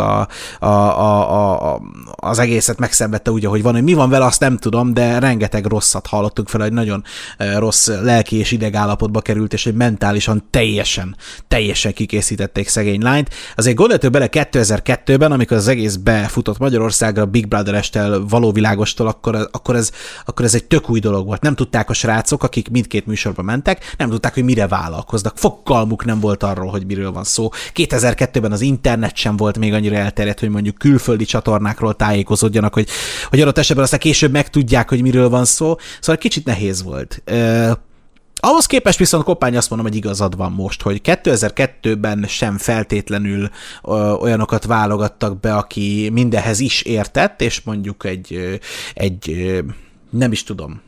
az egészet megszenvedte úgy, ahogy van, hogy mi van vele, azt nem tudom, de rengeteg rosszat hallottunk fel, hogy nagyon rossz lelki és idegállapotba került, és hogy mentálisan teljesen kikészítették szegény lányt. Azért gondoljatok bele 2002-ben, amikor az egész befutott Magyarországra Big Brother-estel való világostól, akkor ez egy tök új dolog volt. Nem tudták a srácok, akik mindkét műsorba mentek, nem tudták, hogy mire vállalkoznak. Fogalmuk nem volt arról, hogy miről van szó. 2002-ben az internet sem volt még annyira elterjedt, hogy mondjuk külföldi csatornákról tájékozódjanak, hogy adott esetben aztán később megtudják, hogy miről van szó. Szóval kicsit nehéz volt. Ahhoz képest viszont Koppány azt mondom, hogy igazad van most, hogy 2002-ben sem feltétlenül olyanokat válogattak be, aki mindenhez is értett, és mondjuk egy nem is tudom,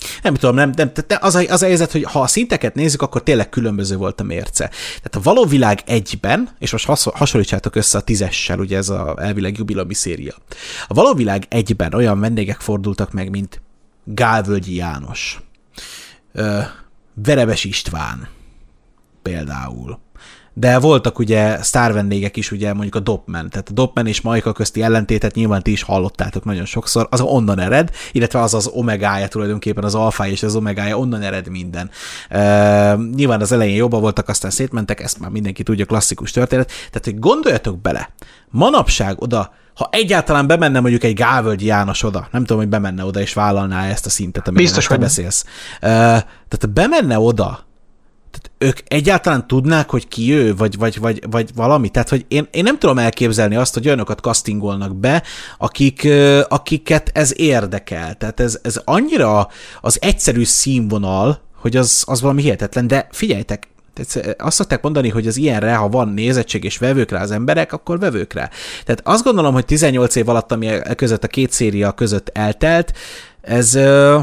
Nem tudom, az a helyzet, hogy ha a szinteket nézzük, akkor tényleg különböző volt a mérce. Tehát a való világ 1-ben, és most hasonlítsátok össze a 10-essel, ugye ez a elvileg jubileumi széria. A való világ 1-ben olyan vendégek fordultak meg, mint Gálvölgyi János, Verebes István például. De voltak ugye sztár vendégek is, ugye mondjuk a Dopman, tehát a Dopman és Majka közti ellentétet nyilván ti is hallottátok nagyon sokszor, az onnan ered, illetve az omegája tulajdonképpen, az alfája és az omegája, onnan ered minden. Nyilván az elején jobban voltak, aztán szétmentek, ezt már mindenki tudja, klasszikus történet, tehát hogy gondoljatok bele, manapság oda, ha egyáltalán bemenne mondjuk egy Gálvölgyi János oda, nem tudom, hogy bemenne oda és vállalná ezt a szintet, amiről te beszélsz. Tehát bemenne oda, tehát ők egyáltalán tudnák, hogy ki ő, vagy valami? Tehát, hogy én nem tudom elképzelni azt, hogy olyanokat castingolnak be, akiket ez érdekel. Tehát ez annyira az egyszerű színvonal, hogy az valami hihetetlen, de figyeljetek, azt szokták mondani, hogy az ilyenre, ha van nézettség és vevők rá az emberek, akkor vevők rá. Tehát azt gondolom, hogy 18 év alatt, ami között a két széria között eltelt, ez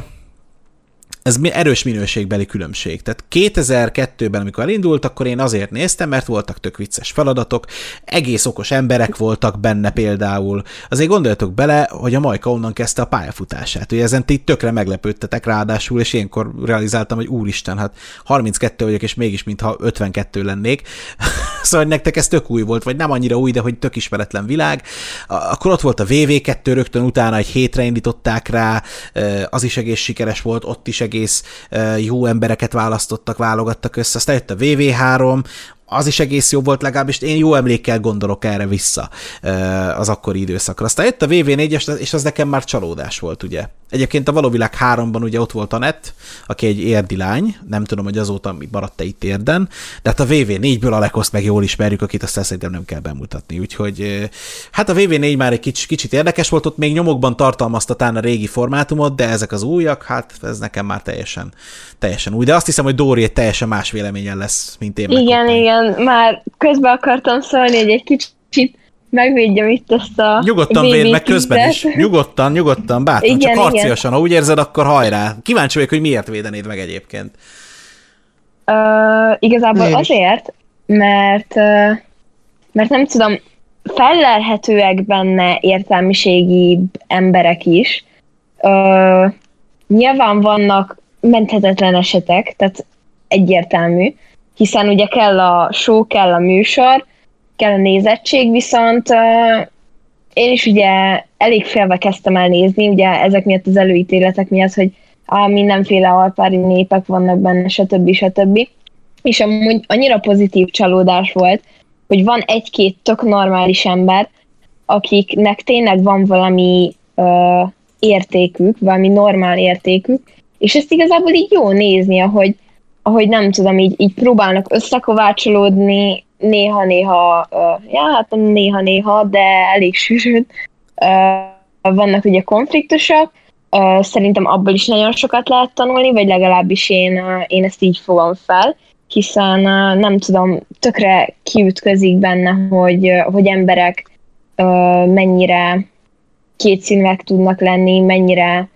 erős minőségbeli különbség. Tehát 2002-ben, amikor elindult, akkor én azért néztem, mert voltak tök vicces feladatok, egész okos emberek voltak benne például. Azért gondoljatok bele, hogy a Majka onnan kezdte a pályafutását. Ugye ezen ti tökre meglepődtetek ráadásul, és ilyenkor realizáltam, hogy úristen, hát 32 vagyok, és mégis mintha 52 lennék. Szóval nektek ez tök új volt, vagy nem annyira új, de hogy tök ismeretlen világ. Akkor ott volt a VV2, rögtön utána egy hétre indították rá, az is egész sikeres volt, ott is egész jó embereket válogattak össze, aztán jött a VV3, az is egész jó volt, legalábbis én jó emlékkel gondolok erre vissza az akkori időszakra. Aztán jött a VV4, és az nekem már csalódás volt, ugye. Egyébként a Való Világ 3-ban ugye ott volt Anett, aki egy érdi lány, nem tudom, hogy azóta maradt-e itt Érden, de hát a VV4-ből Alekoszt meg jól ismerjük, akit aztán szerintem nem kell bemutatni, úgyhogy hát a VV4 már egy kicsit érdekes volt, ott még nyomokban tartalmazta talán a régi formátumot, de ezek az újak, hát ez nekem már teljesen új, de azt hiszem, hogy Dóri egy teljesen más véleményen lesz, mint én. Igen, már közben akartam szólni, hogy egy kicsit megvédjem itt ezt a nyugodtan védd meg közben is. Nyugodtan, bátran, igen, csak harciasan. Ha úgy érzed, akkor hajrá. Kíváncsi vagyok, hogy miért védenéd meg egyébként. Igazából azért, mert nem tudom, fellelhetőek benne értelmiségi emberek is. Nyilván vannak menthetetlen esetek, tehát egyértelmű, hiszen ugye kell a show, kell a műsor, kell a nézettség, viszont én is ugye elég félve kezdtem el nézni, ugye ezek miatt az előítéletek miatt, hogy mindenféle alpári népek vannak benne, stb. És amúgy annyira pozitív csalódás volt, hogy van egy-két tök normális ember, akiknek tényleg van valami értékük, valami normál értékük, és ezt igazából így jó nézni, ahogy nem tudom, így próbálnak összekovácsolódni, néha-néha, hát nem néha-néha, de elég sűrűn vannak ugye konfliktusok. Szerintem abból is nagyon sokat lehet tanulni, vagy legalábbis én ezt így fogom fel, hiszen nem tudom, tökre kiütközik benne, hogy emberek mennyire kétszínűek tudnak lenni, mennyire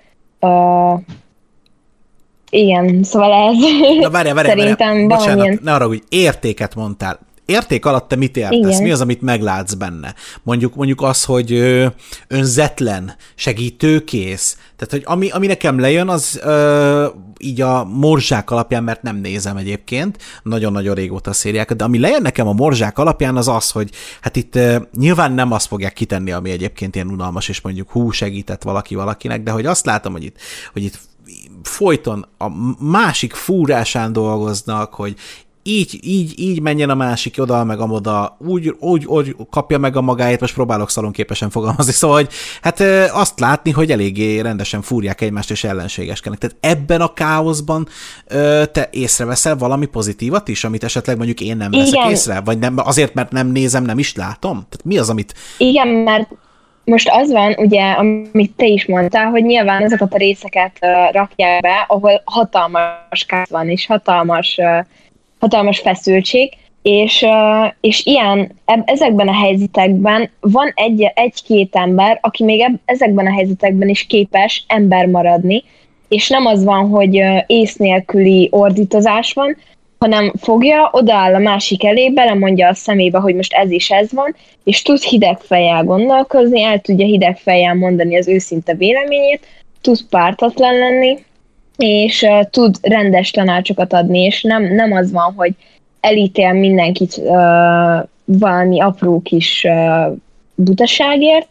igen, szóval ez szerintem bocsánat, ne arra, hogy értéket mondtál. Érték alatt te mit értesz? Igen. Mi az, amit meglátsz benne? Mondjuk az, hogy önzetlen, segítőkész. Tehát, hogy ami nekem lejön, az így a morzsák alapján, mert nem nézem egyébként, nagyon-nagyon régóta a szériákat, de ami lejön nekem a morzsák alapján, az az, hogy hát itt nyilván nem azt fogják kitenni, ami egyébként ilyen unalmas, és mondjuk segített valaki valakinek, de hogy azt látom, hogy itt folyton a másik fúrásán dolgoznak, hogy így menjen a másik oda, meg amoda, úgy kapja meg a magáét, most próbálok szalonképesen fogalmazni, szóval, hogy hát azt látni, hogy eléggé rendesen fúrják egymást, és ellenségeskednek. Tehát ebben a káoszban te észreveszel valami pozitívat is, amit esetleg mondjuk én nem veszek észre? Vagy nem, azért, mert nem nézem, nem is látom? Tehát mi az, amit... Igen, mert most az van, ugye, amit te is mondtál, hogy nyilván ezeket a részeket rakják be, ahol hatalmas káosz van, és hatalmas feszültség, és ilyen, ezekben a helyzetekben van egy-két ember, aki még ezekben a helyzetekben is képes ember maradni, és nem az van, hogy ész nélküli ordítozás van, hanem fogja, odaáll a másik elé, belemondja a szemébe, hogy most ez is ez van, és tud hideg fejjel gondolkozni, el tudja hideg fejjel mondani az őszinte véleményét, tud pártatlan lenni, és tud rendes tanácsokat adni, és nem az van, hogy elítél mindenkit valami apró kis butaságért,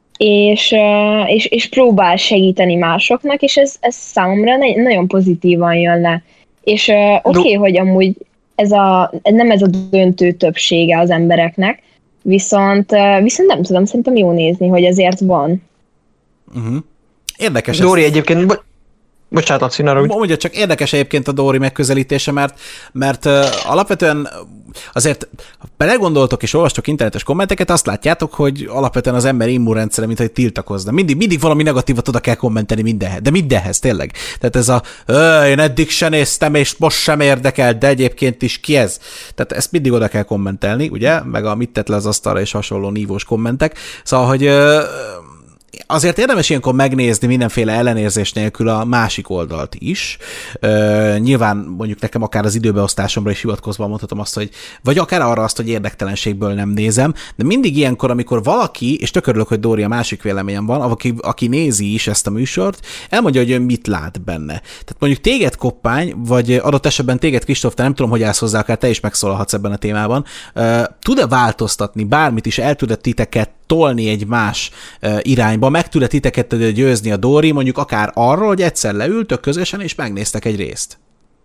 és próbál segíteni másoknak, és ez számomra nagyon pozitívan jön le. És oké, hogy amúgy nem ez a döntő többsége az embereknek, viszont nem tudom, szerintem jó nézni, hogy ezért van. Uh-huh. Érdekes. Dóri egyébként, bocsánat, Laci, ne rúgj. Mondja, csak érdekes egyébként a Dóri megközelítése, mert alapvetően azért, ha belegondoltok és olvastok internetes kommenteket, azt látjátok, hogy alapvetően az ember immunrendszere, mint hogy tiltakozna. Mindig valami negatívat oda kell kommenteni mindenhez, de mindenhez tényleg. Tehát ez én eddig sem néztem, és most sem érdekel, de egyébként is ki ez? Tehát ezt mindig oda kell kommentelni, ugye? Meg a mit tett le az asztalra és hasonló nívós kommentek. Szóval, hogy azért érdemes ilyenkor megnézni mindenféle ellenérzés nélkül a másik oldalt is. Nyilván mondjuk nekem akár az időbeosztásomra is hivatkozva mondhatom azt, hogy vagy akár arra azt, hogy érdektelenségből nem nézem, de mindig ilyenkor, amikor valaki, és tök örülök, hogy Dóri a másik véleményem van, aki nézi is ezt a műsort, elmondja, hogy ő mit lát benne. Tehát mondjuk téged Koppány, vagy adott esetben téged Kristóf, te nem tudom, hogy állsz hozzá, akár te is megszólalhatsz ebben a témában, tud-e változtatni bármit is, el tud-e titeket tolni egy más irányba, meg tud-e titeket győzni a Dóri, mondjuk akár arról, hogy egyszer leültök közösen, és megnéztek egy részt?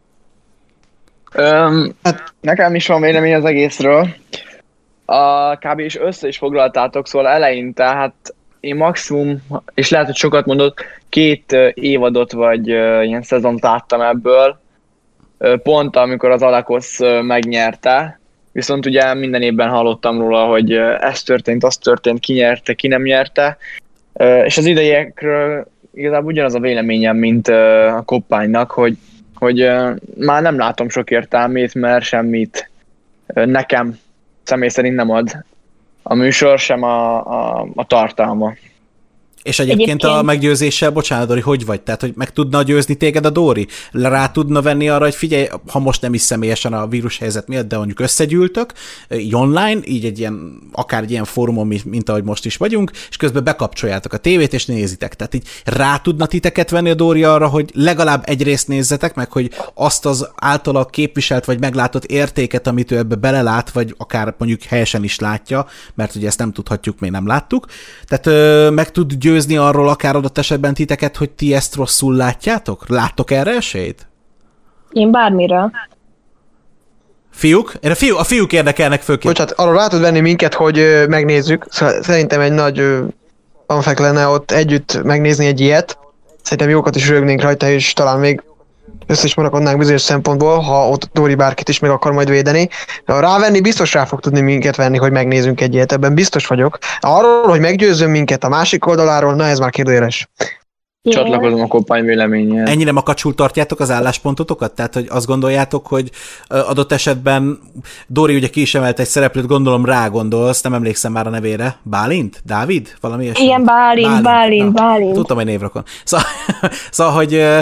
Hát nekem is van vélemény az egészről. Kb. És össze is foglaltátok, szóval eleinte, hát én maximum, és lehet, hogy sokat mondott, 2 évadot vagy ilyen szezont láttam ebből, pont amikor az Alakosz megnyerte, viszont ugye minden évben hallottam róla, hogy ez történt, az történt, ki nyerte, ki nem nyerte, és az idejekről igazából ugyanaz a véleményem, mint a Koppánynak, hogy már nem látom sok értelmét, mert semmit nekem személy szerint nem ad a műsor, sem a tartalma. És egyébként a meggyőzéssel, bocsánat, Dori, hogy vagy? Tehát, hogy meg tudna győzni téged a Dóri? Rá tudna venni arra, hogy figyelj, ha most nem is személyesen a vírushelyzet miatt, de mondjuk összegyűltök, így online, így akár egy ilyen fórumon, mint ahogy most is vagyunk, és közben bekapcsoljátok a tévét, és nézitek. Tehát így rá tudna titeket venni a Dóri arra, hogy legalább egy részt nézzetek meg, hogy azt az általa képviselt, vagy meglátott értéket, amit ő ebbe belelát, vagy akár mondjuk helyesen is látja, mert ugye ezt nem tudhatjuk, még nem láttuk. Tehát meg tud győzni arról akár adott esetben titeket, hogy ti ezt rosszul látjátok? Láttok erre esélyt? Én bármire. Fiúk? A fiúk érdekelnek főként. Bocsánat, arról rá tud venni minket, hogy megnézzük. Szerintem egy nagy fanfek lenne ott együtt megnézni egy ilyet. Szerintem jókat is rögnénk rajta, és talán még össze is marakodnánk bizonyos szempontból, ha ott Dóri bárkit is meg akar majd védeni. De rávenni biztos rá fog tudni minket venni, hogy megnézzünk egy ilyet, ebben biztos vagyok. Arról, hogy meggyőzzön minket a másik oldaláról, na ez már kérdőjeles. Csatlakozom a Koppány véleményéhez. Ennyire makacsul tartjátok az álláspontotokat? Tehát, hogy azt gondoljátok, hogy adott esetben Dóri ugye ki is emelt egy szereplőt, gondolom rá gondolsz, nem emlékszem már a nevére. Bálint? Dávid? Valami ilyesmi? Igen, Bálint. Tudtam, hogy névrakon. Szóval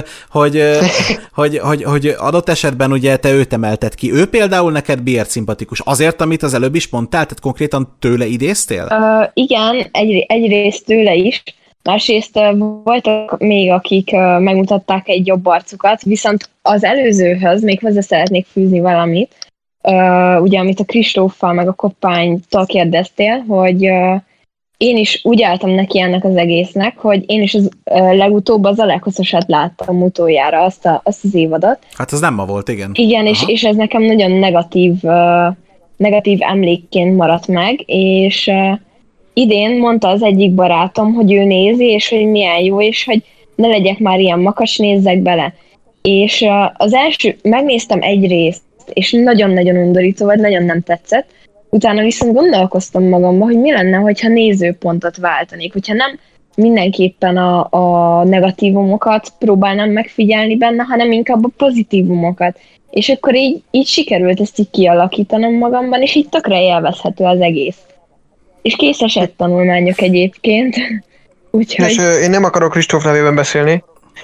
hogy adott esetben ugye te őt emelted ki. Ő például neked miért szimpatikus? Azért, amit az előbb is mondtál? Tehát konkrétan tőle idéztél? Igen, egyrészt tőle is. Másrészt voltak még, akik megmutatták egy jobb arcukat, viszont az előzőhöz még hozzá szeretnék fűzni valamit, ugye amit a Kristóffal meg a Koppánytól kérdeztél, hogy én is úgy álltam neki ennek az egésznek, hogy én is az legutóbb az Alekoszosat láttam utoljára, azt az évadot. Hát az nem ma volt, igen. Igen, és ez nekem nagyon negatív emlékként maradt meg, és idén mondta az egyik barátom, hogy ő nézi, és hogy milyen jó, és hogy ne legyek már ilyen makacs, nézzek bele. És az első, megnéztem egy részt, és nagyon-nagyon undorító volt, nagyon nem tetszett. Utána viszont gondolkoztam magamban, hogy mi lenne, hogyha nézőpontot váltanék, hogyha nem mindenképpen a negatívumokat próbálnám megfigyelni benne, hanem inkább a pozitívumokat. És akkor így sikerült ezt így kialakítanom magamban, és így tökre élvezhető az egész. És kész tanulmányok egyébként. Úgyhogy... És én nem akarok Kristóf nevében beszélni.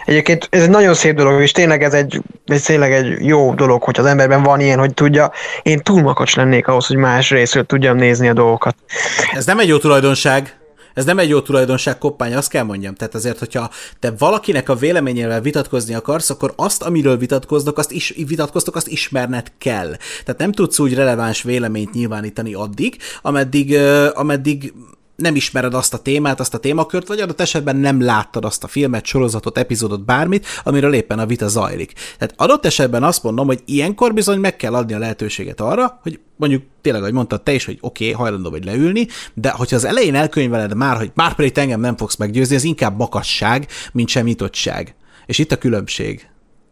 Egyébként ez egy nagyon szép dolog, és tényleg ez tényleg egy jó dolog, hogy az emberben van ilyen, hogy tudja, én túl makacs lennék ahhoz, hogy más részről tudjam nézni a dolgokat. Ez nem egy jó tulajdonság. Ez nem egy jó tulajdonság, Koppány, azt kell mondjam. Tehát azért, hogyha te valakinek a véleményével vitatkozni akarsz, akkor azt, amiről vitatkoztok, azt ismerned kell. Tehát nem tudsz úgy releváns véleményt nyilvánítani addig, ameddig nem ismered azt a témát, azt a témakört, vagy adott esetben nem láttad azt a filmet, sorozatot, epizódot, bármit, amiről éppen a vita zajlik. Tehát adott esetben azt mondom, hogy ilyenkor bizony meg kell adni a lehetőséget arra, hogy mondjuk tényleg, ahogy mondtad te is, hogy oké, hajlandó vagy leülni, de hogyha az elején elkönyveled már, hogy már pedig engem nem fogsz meggyőzni, ez inkább makasság, mint sem nyitottság. És itt a különbség.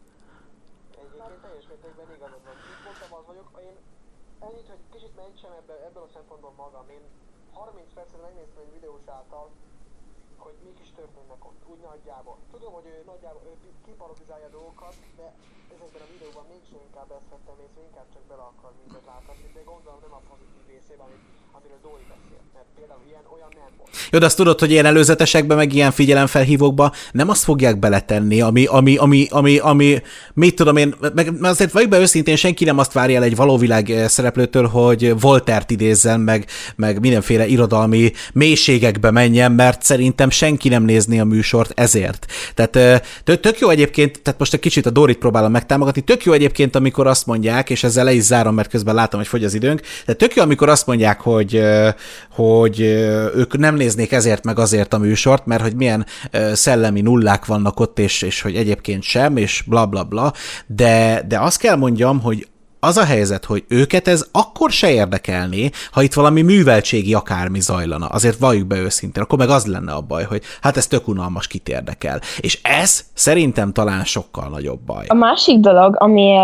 Jó, de azt tudod, hogy ilyen előzetesekben, meg ilyen figyelemfelhívókba nem azt fogják beletenni, ami mit tudom én, meg azért vagyok be őszintén, senki nem azt várja el egy valóvilág szereplőtől, hogy Voltaire-t idézzen, meg mindenféle irodalmi mélységekbe menjen, mert szerintem senki nem nézni a műsort ezért. Tehát tök jó egyébként, tehát most egy kicsit a Dórit próbálom megtámogatni, tök jó egyébként, amikor azt mondják, és ezzel le is zárom, mert közben látom, hogy fogy az időnk, tehát tök jó, amikor azt mondják, hogy ők nem néznék ezért meg azért a műsort, mert hogy milyen szellemi nullák vannak ott, és hogy egyébként sem, és bla bla bla, de azt kell mondjam, hogy az a helyzet, hogy őket ez akkor se érdekelné, ha itt valami műveltségi akármi zajlana. Azért valljuk be őszintén, akkor meg az lenne a baj, hogy hát ez tök unalmas, kit érdekel. És ez szerintem talán sokkal nagyobb baj. A másik dolog,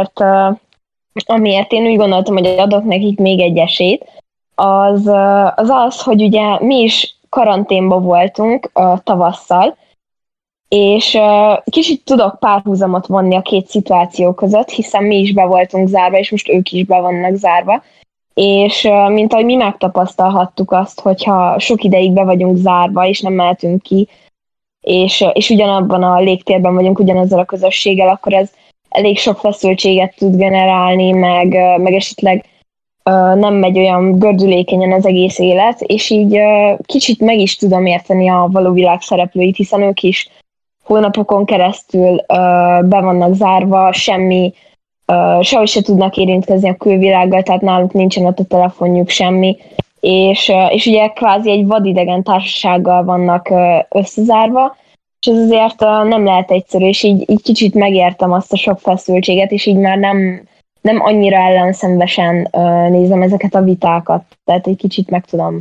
amiért én úgy gondoltam, hogy adok nekik még egy esélyt, az, hogy ugye mi is karanténban voltunk tavasszal, és kicsit tudok párhuzamot vonni a két szituáció között, hiszen mi is be voltunk zárva, és most ők is be vannak zárva. És mint ahogy mi megtapasztalhattuk azt, hogyha sok ideig be vagyunk zárva, és nem mehetünk ki, és ugyanabban a légtérben vagyunk, ugyanazzal a közösséggel, akkor ez elég sok feszültséget tud generálni, meg esetleg nem megy olyan gördülékenyen az egész élet, és így kicsit meg is tudom érteni a való világ szereplőit, hiszen ők is hónapokon keresztül be vannak zárva, sehogy se tudnak érintkezni a külvilággal, tehát náluk nincsen ott a telefonjuk, semmi, és ugye kvázi egy vadidegen társasággal vannak összezárva, és ez azért nem lehet egyszerű, és így kicsit megértem azt a sok feszültséget, és így már nem annyira ellenszenvesen nézem ezeket a vitákat, tehát egy kicsit meg tudom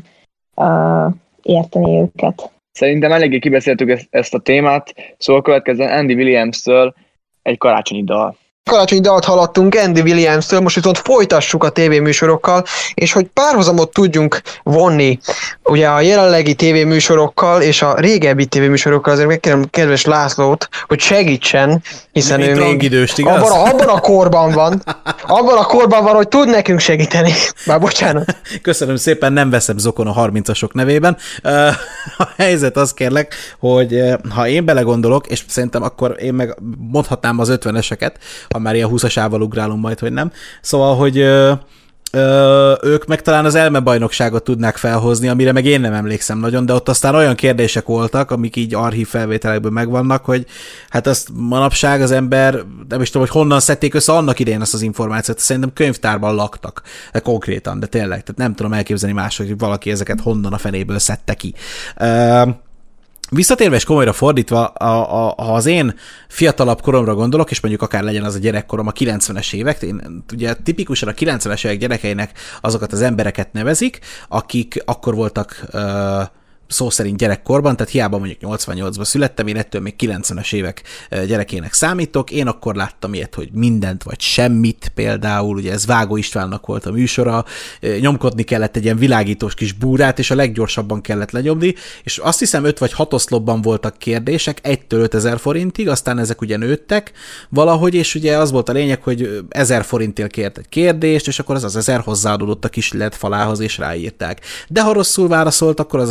érteni őket. Szerintem eléggé kibeszéltük ezt a témát, szóval következzen Andy Williams-től egy karácsonyi dal. Karácsonyi dalt hallottunk Andy Williams-től, most viszont folytassuk a tévéműsorokkal, és hogy párhuzamot tudjunk vonni ugye a jelenlegi tévéműsorokkal és a régebbi tévéműsorokkal, azért megkérem kedves Lászlót, hogy segítsen, hiszen ő még időst, igaz? Abban a korban van, hogy tud nekünk segíteni. Bár bocsánat. Köszönöm szépen, nem veszem zokon a 30-asok nevében. A helyzet az kérlek, hogy ha én belegondolok, és szerintem akkor én meg mondhatnám az 50-eseket, ha már ilyen 20-asával ugrálunk majd, hogy nem. Szóval, hogy ők meg talán az elmebajnokságot tudnák felhozni, amire meg én nem emlékszem nagyon, de ott aztán olyan kérdések voltak, amik így archív felvételekből megvannak, hogy hát azt manapság az ember, nem is tudom, hogy honnan szedték össze annak idején azt az információt, szerintem könyvtárban laktak konkrétan, de tényleg, tehát nem tudom elképzelni máshogy, hogy valaki ezeket honnan a fenéből szedte ki. Visszatérve és komolyra fordítva, ha az én fiatalabb koromra gondolok, és mondjuk akár legyen az a gyerekkorom, a 90-es évek, én ugye tipikusan a 90-es évek gyerekeinek azokat az embereket nevezik, akik akkor voltak szó szerint gyerekkorban, tehát hiába mondjuk 88-ban születtem, én ettől még 90-es évek gyerekének számítok, én akkor láttam ilyet, hogy mindent vagy semmit például, ugye ez Vágó Istvánnak volt a műsora, nyomkodni kellett egy ilyen világítós kis búrát, és a leggyorsabban kellett lenyomni, és azt hiszem 5 vagy 6 oszlopban voltak kérdések, 1-től 5000 forintig, aztán ezek ugye nőttek valahogy, és ugye az volt a lényeg, hogy 1000 forintért kért egy kérdést, és akkor az 1000 hozzáadódott a kis LED falához, és ráírták. De ha rosszul válaszolt, akkor az 1000-es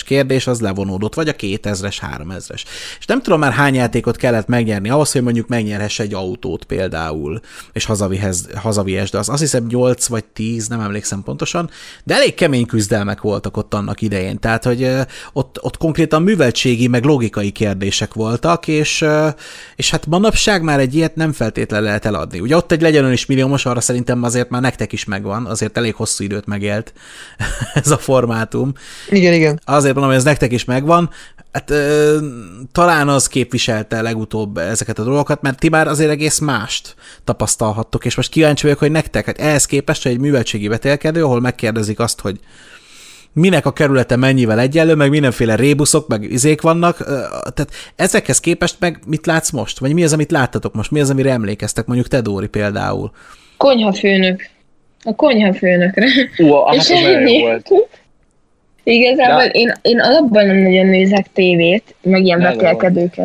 1000-es kérdés az levonódott, vagy a 2000-es, 3000-es. És nem tudom már hány játékot kellett megnyerni ahhoz, hogy mondjuk megnyerhesse egy autót például, és hazavihesd, de azt hiszem 8 vagy 10, nem emlékszem pontosan, de elég kemény küzdelmek voltak ott annak idején, tehát hogy ott konkrétan műveltségi, meg logikai kérdések voltak, és hát manapság már egy ilyet nem feltétlenül lehet eladni. Ugye ott egy legyen ön is milliómos, arra szerintem azért már nektek is megvan, azért elég hosszú időt megélt ez a formátum. Igen. Azért mondom, hogy ez nektek is megvan. Hát talán az képviselte legutóbb ezeket a dolgokat, mert ti már azért egész mást tapasztalhattok, és most kíváncsi vagyok, hogy nektek, hát ehhez képest egy műveltségi vetélkedő, ahol megkérdezik azt, hogy minek a kerülete mennyivel egyenlő, meg mindenféle rébuszok, meg izék vannak, tehát ezekhez képest meg mit látsz most? Vagy mi az, amit láttatok most? Mi az, amire emlékeztek? Mondjuk te, Dóri, például. Konyhafőnök. A konyhafőnökre. Hát ez nagyon jó volt. Igazából én alapban nem nagyon nézek tévét, meg ilyen vetélkedőket.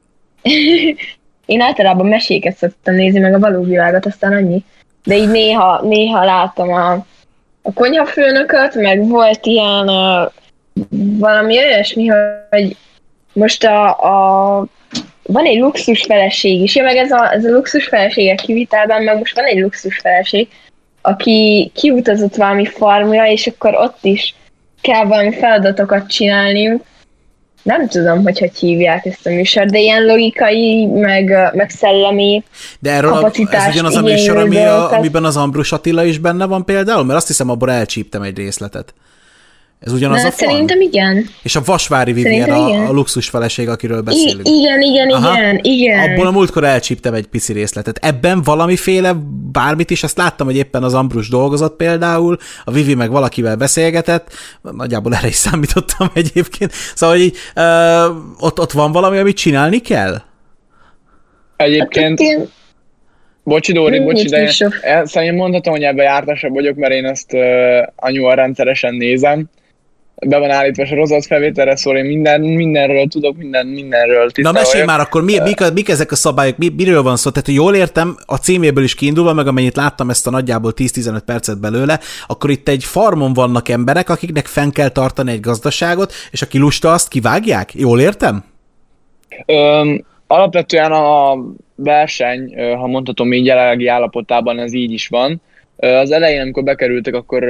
Én általában meséket szoktam nézni, meg a való világot, aztán annyi. De így néha látom a konyhafőnököt, meg volt ilyen valami olyasmi, hogy most van egy luxus feleség is, meg ez a luxus feleségek kivitelben, meg most van egy luxus feleség, aki kiutazott valami farmra, és akkor ott is kell valami feladatokat csinálniuk. Nem tudom, hogy hívják ezt a műsort, de ilyen logikai, meg szellemi de erről kapacitás. Ez ugyanaz a műsor, amiben az Ambrus Attila is benne van például? Mert azt hiszem, abból elcsíptem egy részletet. Ez ugyanaz a farm? Szerintem igen. És a Vasvári Vivien a luxus feleség, akiről beszélünk. Igen. Abból a múltkor elcsíptem egy pici részletet. Ebben valamiféle bármit is, azt láttam, hogy éppen az Ambrus dolgozott például, a Vivi meg valakivel beszélgetett, nagyjából erre is számítottam egyébként. Szóval, hogy ott van valami, amit csinálni kell? Egyébként... Bocsi, Dóri, de szerintem mondhatom, hogy ebben jártasabb vagyok, mert én ezt anyuval rendszeresen nézem. Be van állítva a sorozatfelvételre, szóval én mindenről tudok, mindenről tisztában. Na mesélj már akkor, mik ezek a szabályok, miről van szó? Tehát, hogy jól értem, a címéből is kiindulva, meg amennyit láttam ezt a nagyjából 10-15 percet belőle, akkor itt egy farmon vannak emberek, akiknek fenn kell tartani egy gazdaságot, és aki lusta, azt kivágják? Jól értem? Alapvetően a verseny, ha mondhatom így jelenlegi állapotában, ez így is van. Az elején, amikor bekerültek, akkor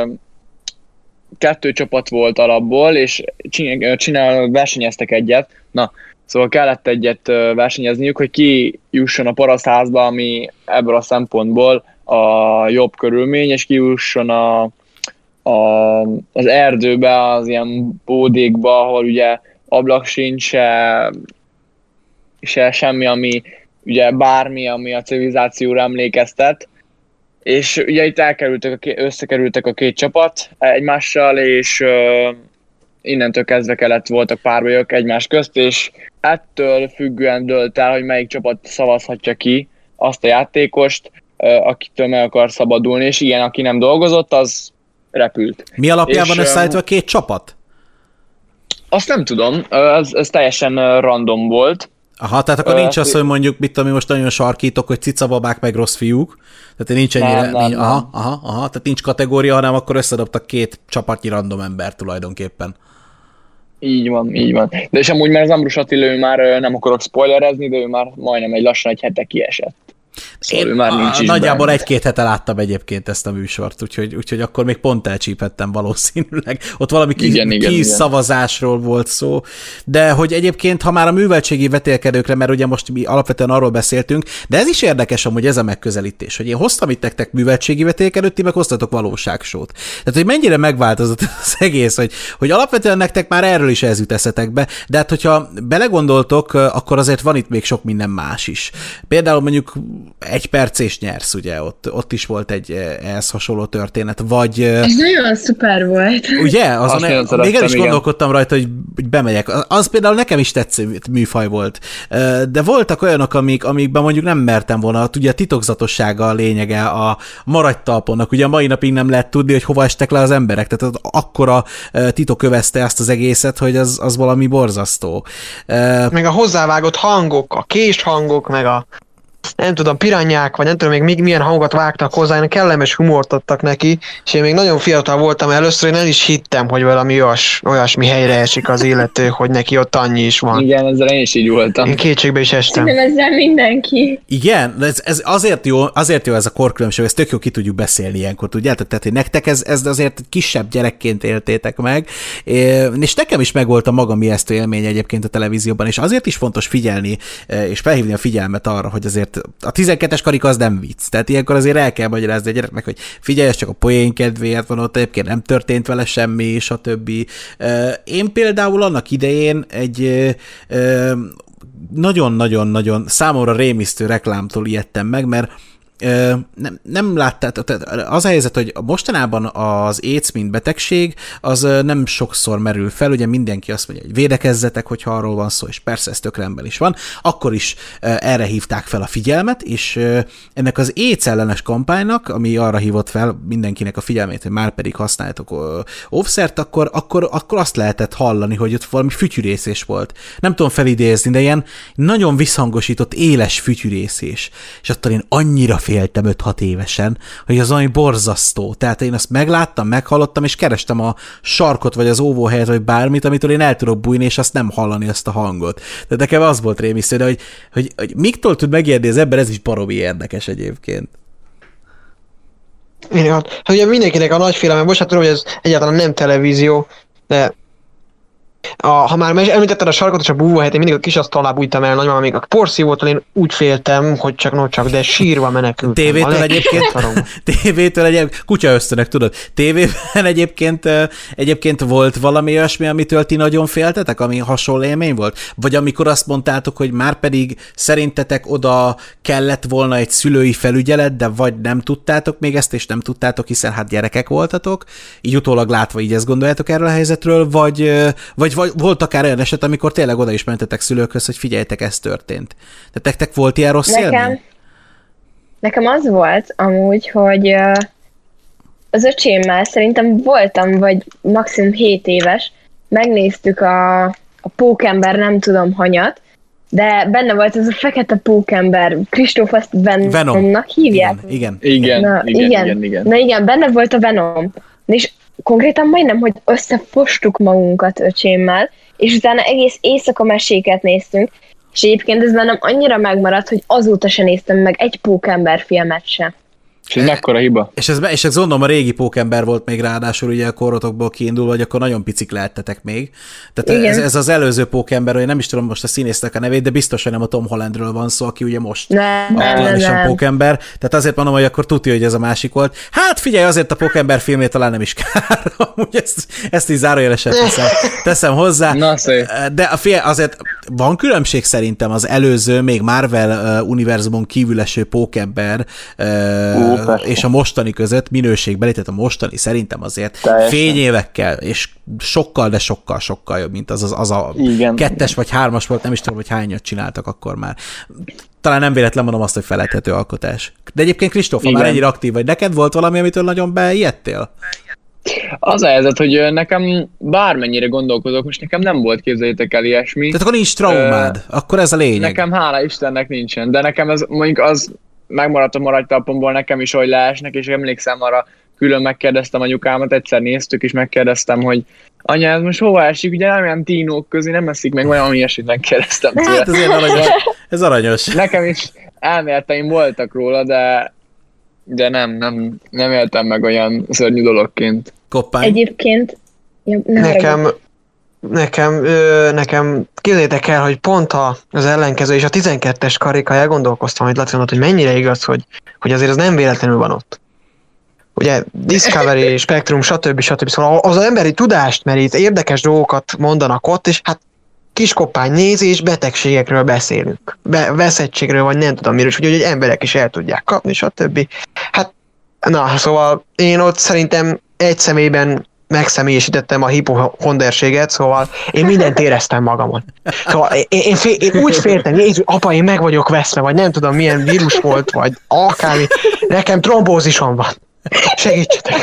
2 csapat volt alapból, és versenyeztek egyet. Na, szóval kellett egyet versenyezniük, hogy ki jusson a parasztházba, ami ebből a szempontból a jobb körülmény, és ki jusson az erdőbe, az ilyen bódékba, ahol ugye ablak sincs, se semmi, ami ugye bármi, ami a civilizációra emlékeztet, és ugye itt összekerültek a 2 csapat egymással, és innentől kezdve voltak párbajok egymás közt, és ettől függően dölt el, hogy melyik csapat szavazhatja ki azt a játékost, akitől meg akar szabadulni, és igen, aki nem dolgozott, az repült. Mi alapján van összeállítva a 2 csapat? Azt nem tudom, ez teljesen random volt. Aha, tehát akkor nincs az, hogy mondjuk, mit tudom, most nagyon sarkítok, hogy cicababák meg rossz fiúk. Tehát nincs ennyire... Nem. Aha, tehát nincs kategória, hanem akkor összedobtak 2 csapatnyi random ember tulajdonképpen. Így van. De és amúgy, mert az Ambrus Attila, ő már nem akarok spoilerezni, de ő már majdnem lassan egy hete kiesett. Szóval ő már nincs is nagyjából 1-2 hete láttam egyébként ezt a műsort, úgyhogy akkor még pont elcsípettem valószínűleg. Ott valami kis szavazásról volt szó. De hogy egyébként, ha már a műveltségi vetélkedőkre, mert ugye most mi alapvetően arról beszéltünk, de ez is érdekes amúgy ez a megközelítés, hogy én hoztam itt nektek műveltségi vetélkedőt, ti meg hoztatok valóságsót. Tehát, hogy mennyire megváltozott az egész, hogy alapvetően nektek már erről is ez jut eszetekbe, de hát hogyha belegondoltok, akkor azért van itt még sok minden más is. Például mondjuk 1 perc és nyersz, ugye, ott is volt egy ehhez hasonló történet, vagy... Ez nagyon szuper volt. Ugye? Azon még el is gondolkodtam rajta, hogy bemegyek. Az például nekem is tetsző műfaj volt. De voltak olyanok, amikben mondjuk nem mertem volna, ugye a titokzatossága a lényege a maradj talponnak, ugye a mai napig nem lehet tudni, hogy hova estek le az emberek, tehát akkora titok övezte ezt az egészet, hogy az valami borzasztó. Meg a hozzávágott hangok, a kés hangok, meg a nem tudom, piranyák, vagy nem tudom még milyen hangot vágtak hozzá, kellemes humort adtak neki, és én még nagyon fiatal voltam először, én el is hittem, hogy valami olyasmi helyre esik az illető, hogy neki ott annyi is van. Igen, ezzel én is így voltam. Én kétségbe is estem. Nem ezzel mindenki. Igen, ez azért jó ez a korkülönbség, ezt tök jó ki tudjuk beszélni ilyenkor, tudjátok? Tehát, hogy nektek ez azért kisebb gyerekként éltétek meg, és nekem is megvolt a magam ijesztő élmény egyébként a televízióban, és azért is fontos figyelni, és felhívni a figyelmet arra, hogy azért a 12-es karika az nem vicc. Tehát ilyenkor azért el kell magyarázni a gyereknek, hogy figyelj, ez csak a poén kedvéért van ott, egyébként nem történt vele semmi, stb. Én például annak idején egy nagyon-nagyon-nagyon számomra rémisztő reklámtól ijedtem meg, mert nem láttátok, az a helyzet, hogy mostanában az AIDS mint betegség, az nem sokszor merül fel, ugye mindenki azt mondja, hogy védekezzetek, hogyha arról van szó, és persze ez tök rendben is van, akkor is erre hívták fel a figyelmet, és ennek az AIDS ellenes kampánynak, ami arra hívott fel mindenkinek a figyelmét, hogy már pedig használjátok óvszert, akkor azt lehetett hallani, hogy ott valami fütyürészés volt. Nem tudom felidézni, de ilyen nagyon visszhangosított, éles fütyürészés. És attól én annyira féltem 5-6 évesen, hogy az valami borzasztó. Tehát én azt megláttam, meghallottam, és kerestem a sarkot, vagy az óvóhelyet, vagy bármit, amitől én el tudok bújni, és azt nem hallani, azt a hangot. Tehát nekem az volt rémisztő, de hogy miktől tud megijedni az ember, ez is baromi érdekes egyébként. Igen, hát ugye mindenkinek a nagy félelme, most hát tudom, hogy ez egyáltalán nem televízió, de ha már említetted a sarkot és a búvóhelyet, én mindig a kis asztalnál bújtam el, nagymama még a porszívótól én úgy féltem, hogy csak, de sírva menekültem. Tévétől egyébként, kutya ösztönök, tudod, tévében egyébként volt valami olyasmi, amitől ti nagyon féltetek, ami hasonló élmény volt? Vagy amikor azt mondtátok, hogy már pedig szerintetek oda kellett volna egy szülői felügyelet, de vagy nem tudtátok még ezt, és nem tudtátok, hiszen hát gyerekek voltatok, így utólag látva így ezt gondoljátok erről a helyzetről, vagy volt akár olyan eset, amikor tényleg oda is mentetek szülőkhöz, hogy figyeljetek, ez történt. Tehát nektek volt ilyen rossz élmény? Nekem az volt amúgy, hogy az öcsémmel szerintem voltam, vagy maximum 7 éves, megnéztük a Pókember nem tudom hanyat, de benne volt ez a fekete pókember, Kristóf azt Venomnak hívják. Igen. Na igen, benne volt a Venom. És konkrétan majdnem, hogy összefostuk magunkat öcsémmel, és utána egész éjszaka meséket néztünk, és egyébként ez bennem annyira megmaradt, hogy azóta se néztem meg egy Pókember filmet sem. És ez mekkora hiba? És ez gondolom a régi Pókember volt még ráadásul ugye a korotokból kiindul, vagy akkor nagyon picik lehettetek még. Tehát ez az előző Pókember, hogy nem is tudom most a színésznek a nevét, de biztos, hogy nem a Tom Hollandről van szó, aki ugye most aktuálisan Pókember. Tehát azért mondom, hogy akkor tudja, hogy ez a másik volt. Hát figyelj, azért a Pókember filmét talán nem is kár, amúgy ezt így zárójelesen teszem hozzá. Na, szép. De azért van különbség szerintem az előző, még Marvel univerzumon kívül eső Pókember és a mostani között minőségbeli, tehát a mostani szerintem azért fényévekkel, és sokkal, de sokkal jobb, mint az a 2-es vagy 3-as volt, nem is tudom, hogy hányat csináltak akkor már. Talán nem véletlen mondom azt, hogy felejthető alkotás. De egyébként Kristóf, már ennyire aktív vagy, neked volt valami, amitől nagyon beijedtél? Az a helyzet, hogy nekem bármennyire gondolkozok, most nekem nem volt, képzeljétek el ilyesmi. Tehát akkor nincs traumád, akkor ez a lényeg. Nekem hála Istennek nincsen, de nekem ez mondjuk az megmaradt a maradjtalpomból nekem is, hogy leesnek, és emlékszem arra, külön megkérdeztem anyukámat, egyszer néztük, és megkérdeztem, hogy anya, ez most hova esik, ugye nem olyan tínók közé, nem eszik meg, valami ilyesmit megkérdeztem tőle. Hát ez aranyos. Nekem is elméleteim voltak róla, de nem éltem meg olyan szörnyű dologként. Koppány. Egyébként Nekem képzeljétek el, hogy pont az ellenkező, és a 12-es karika elgondolkoztam, hogy Laci mondott, hogy mennyire igaz, hogy azért az nem véletlenül van ott. Ugye Discovery, Spectrum, stb. Szóval az emberi tudást merít, érdekes dolgokat mondanak ott, és hát kiskoppány nézés, betegségekről beszélünk. Veszettségről, vagy nem tudom miről, úgyhogy emberek is el tudják kapni, stb. Hát, na, szóval én ott szerintem egy személyben megszemélyesítettem a hipohonderséget, szóval én mindent éreztem magamon. Szóval én úgy féltem, hogy apa, én meg vagyok veszve, vagy nem tudom milyen vírus volt, vagy akármi, nekem trombózisom van. Segítsetek!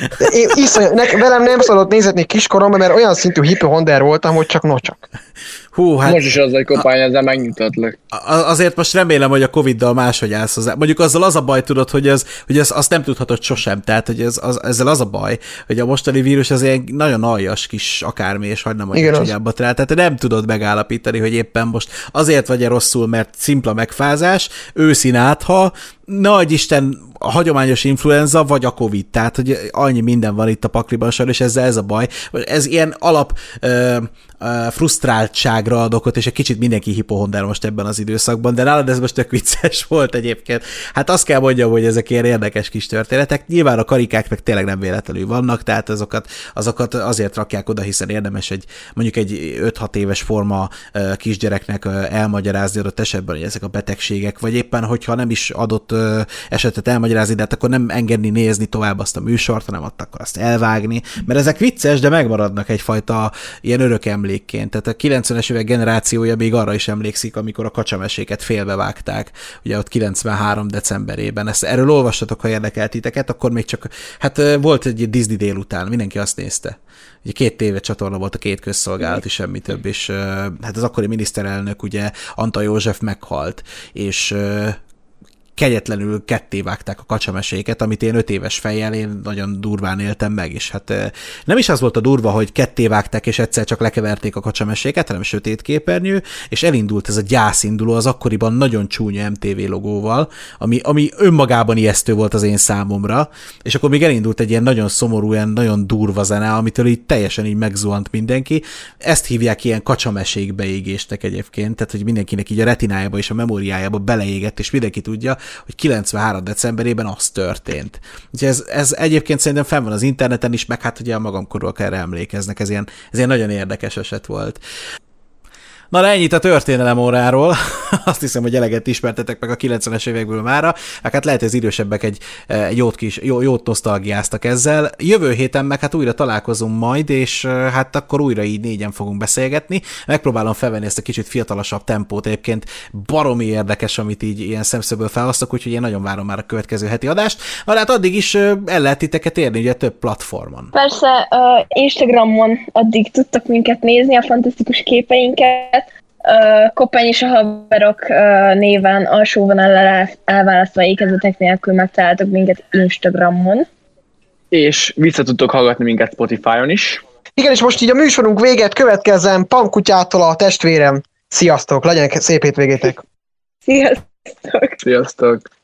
Szóval velem nem szabadott nézetni kiskoromban, mert olyan szintű hipohonder voltam, hogy csak nocsak. Hú, hát... Most is az, hogy Kopány, ezzel megnyugtatlak. Azért most remélem, hogy a Covid-dal máshogy állsz hozzá. Mondjuk azzal az a baj, tudod, hogy azt nem tudhatod sosem. Tehát, hogy ezzel az a baj, hogy a mostani vírus az ilyen nagyon aljas kis akármi, és hagyd nem mondjuk csúnyábbat rá. Tehát nem tudod megállapítani, hogy éppen most azért vagy-e rosszul, mert szimpla megfázás, őszín átha, nagy Isten, a hagyományos influenza, vagy a Covid. Tehát, hogy annyi minden van itt a pakliban, és ezzel ez a baj. Ez ilyen alap frusztráltságra ad okot, és egy kicsit mindenki hipohondál most ebben az időszakban, de nálad ez most tök vicces volt egyébként. Hát azt kell mondjam, hogy ezek ilyen érdekes kis történetek. Nyilván a karikák meg tényleg nem véletlenül vannak, tehát azokat azért rakják oda, hiszen érdemes mondjuk egy 5-6 éves forma kisgyereknek elmagyarázni adott esetben, hogy ezek a betegségek, vagy éppen, hogyha nem is adott esetet elmagyarázni, de hát akkor nem engedni nézni tovább azt a műsort, hanem akkor azt elvágni, mert ezek vicces, de megmaradnak egyfajta ilyen örök emlékként. Tehát a 90-es évek generációja még arra is emlékszik, amikor a kacsameséket félbevágták, ugye ott 93 decemberében. Erről olvassatok, ha érdekel titeket, akkor még csak, hát volt egy Disney délután, mindenki azt nézte. Ugye 2 tévé csatorna volt, a 2 közszolgálati, semmi több, és hát az akkori miniszterelnök, ugye Antal József meghalt, és kegyetlenül kettévágták a kacsameséket, amit én 5 éves fejjel én nagyon durván éltem meg, és hát nem is az volt a durva, hogy kettévágták, és egyszer csak lekeverték a kacsameséket, hanem sötét képernyő, és elindult ez a gyászinduló az akkoriban nagyon csúnya MTV logóval, ami önmagában ijesztő volt az én számomra, és akkor még elindult egy ilyen nagyon szomorú, ilyen nagyon durva zene, amitől így teljesen így megzuhant mindenki. Ezt hívják ilyen kacsamesék beégéstek egyébként, tehát hogy mindenkinek így a retinájába és a memóriájába beleégett, és mindenki tudja, hogy 93 decemberében az történt. Úgyhogy ez egyébként szerintem fenn van az interneten is, meg hát ugye a magamkorról erre emlékeznek, ez ilyen nagyon érdekes eset volt. Na, de ennyit a történelem óráról. Azt hiszem, hogy eleget ismertetek meg a 90-es évekből mára. Hát lehet, ez idősebbek egy jót nosztalgiáztak ezzel. Jövő héten meg hát újra találkozunk majd, és hát akkor újra így 4-en fogunk beszélgetni. Megpróbálom felvenni ezt a kicsit fiatalosabb tempót. Egyébként baromi érdekes, amit így ilyen szemszögből felhoztak, úgyhogy én nagyon várom már a következő heti adást. Na, hát addig is el lehet titeket érni, ugye több platformon. Persze, Instagramon addig tudtak minket nézni, a fantasztikus képeinket. Kopány és a haverok néven alsó vonallal elválasztva ékezetek nélkül megtaláltok minket Instagramon. És vissza tudtok hallgatni minket Spotify-on is. Igen, és most így a műsorunk véget következzen Pamkutyától a testvérem. Sziasztok, legyen szép hétvégétek! Sziasztok! Sziasztok!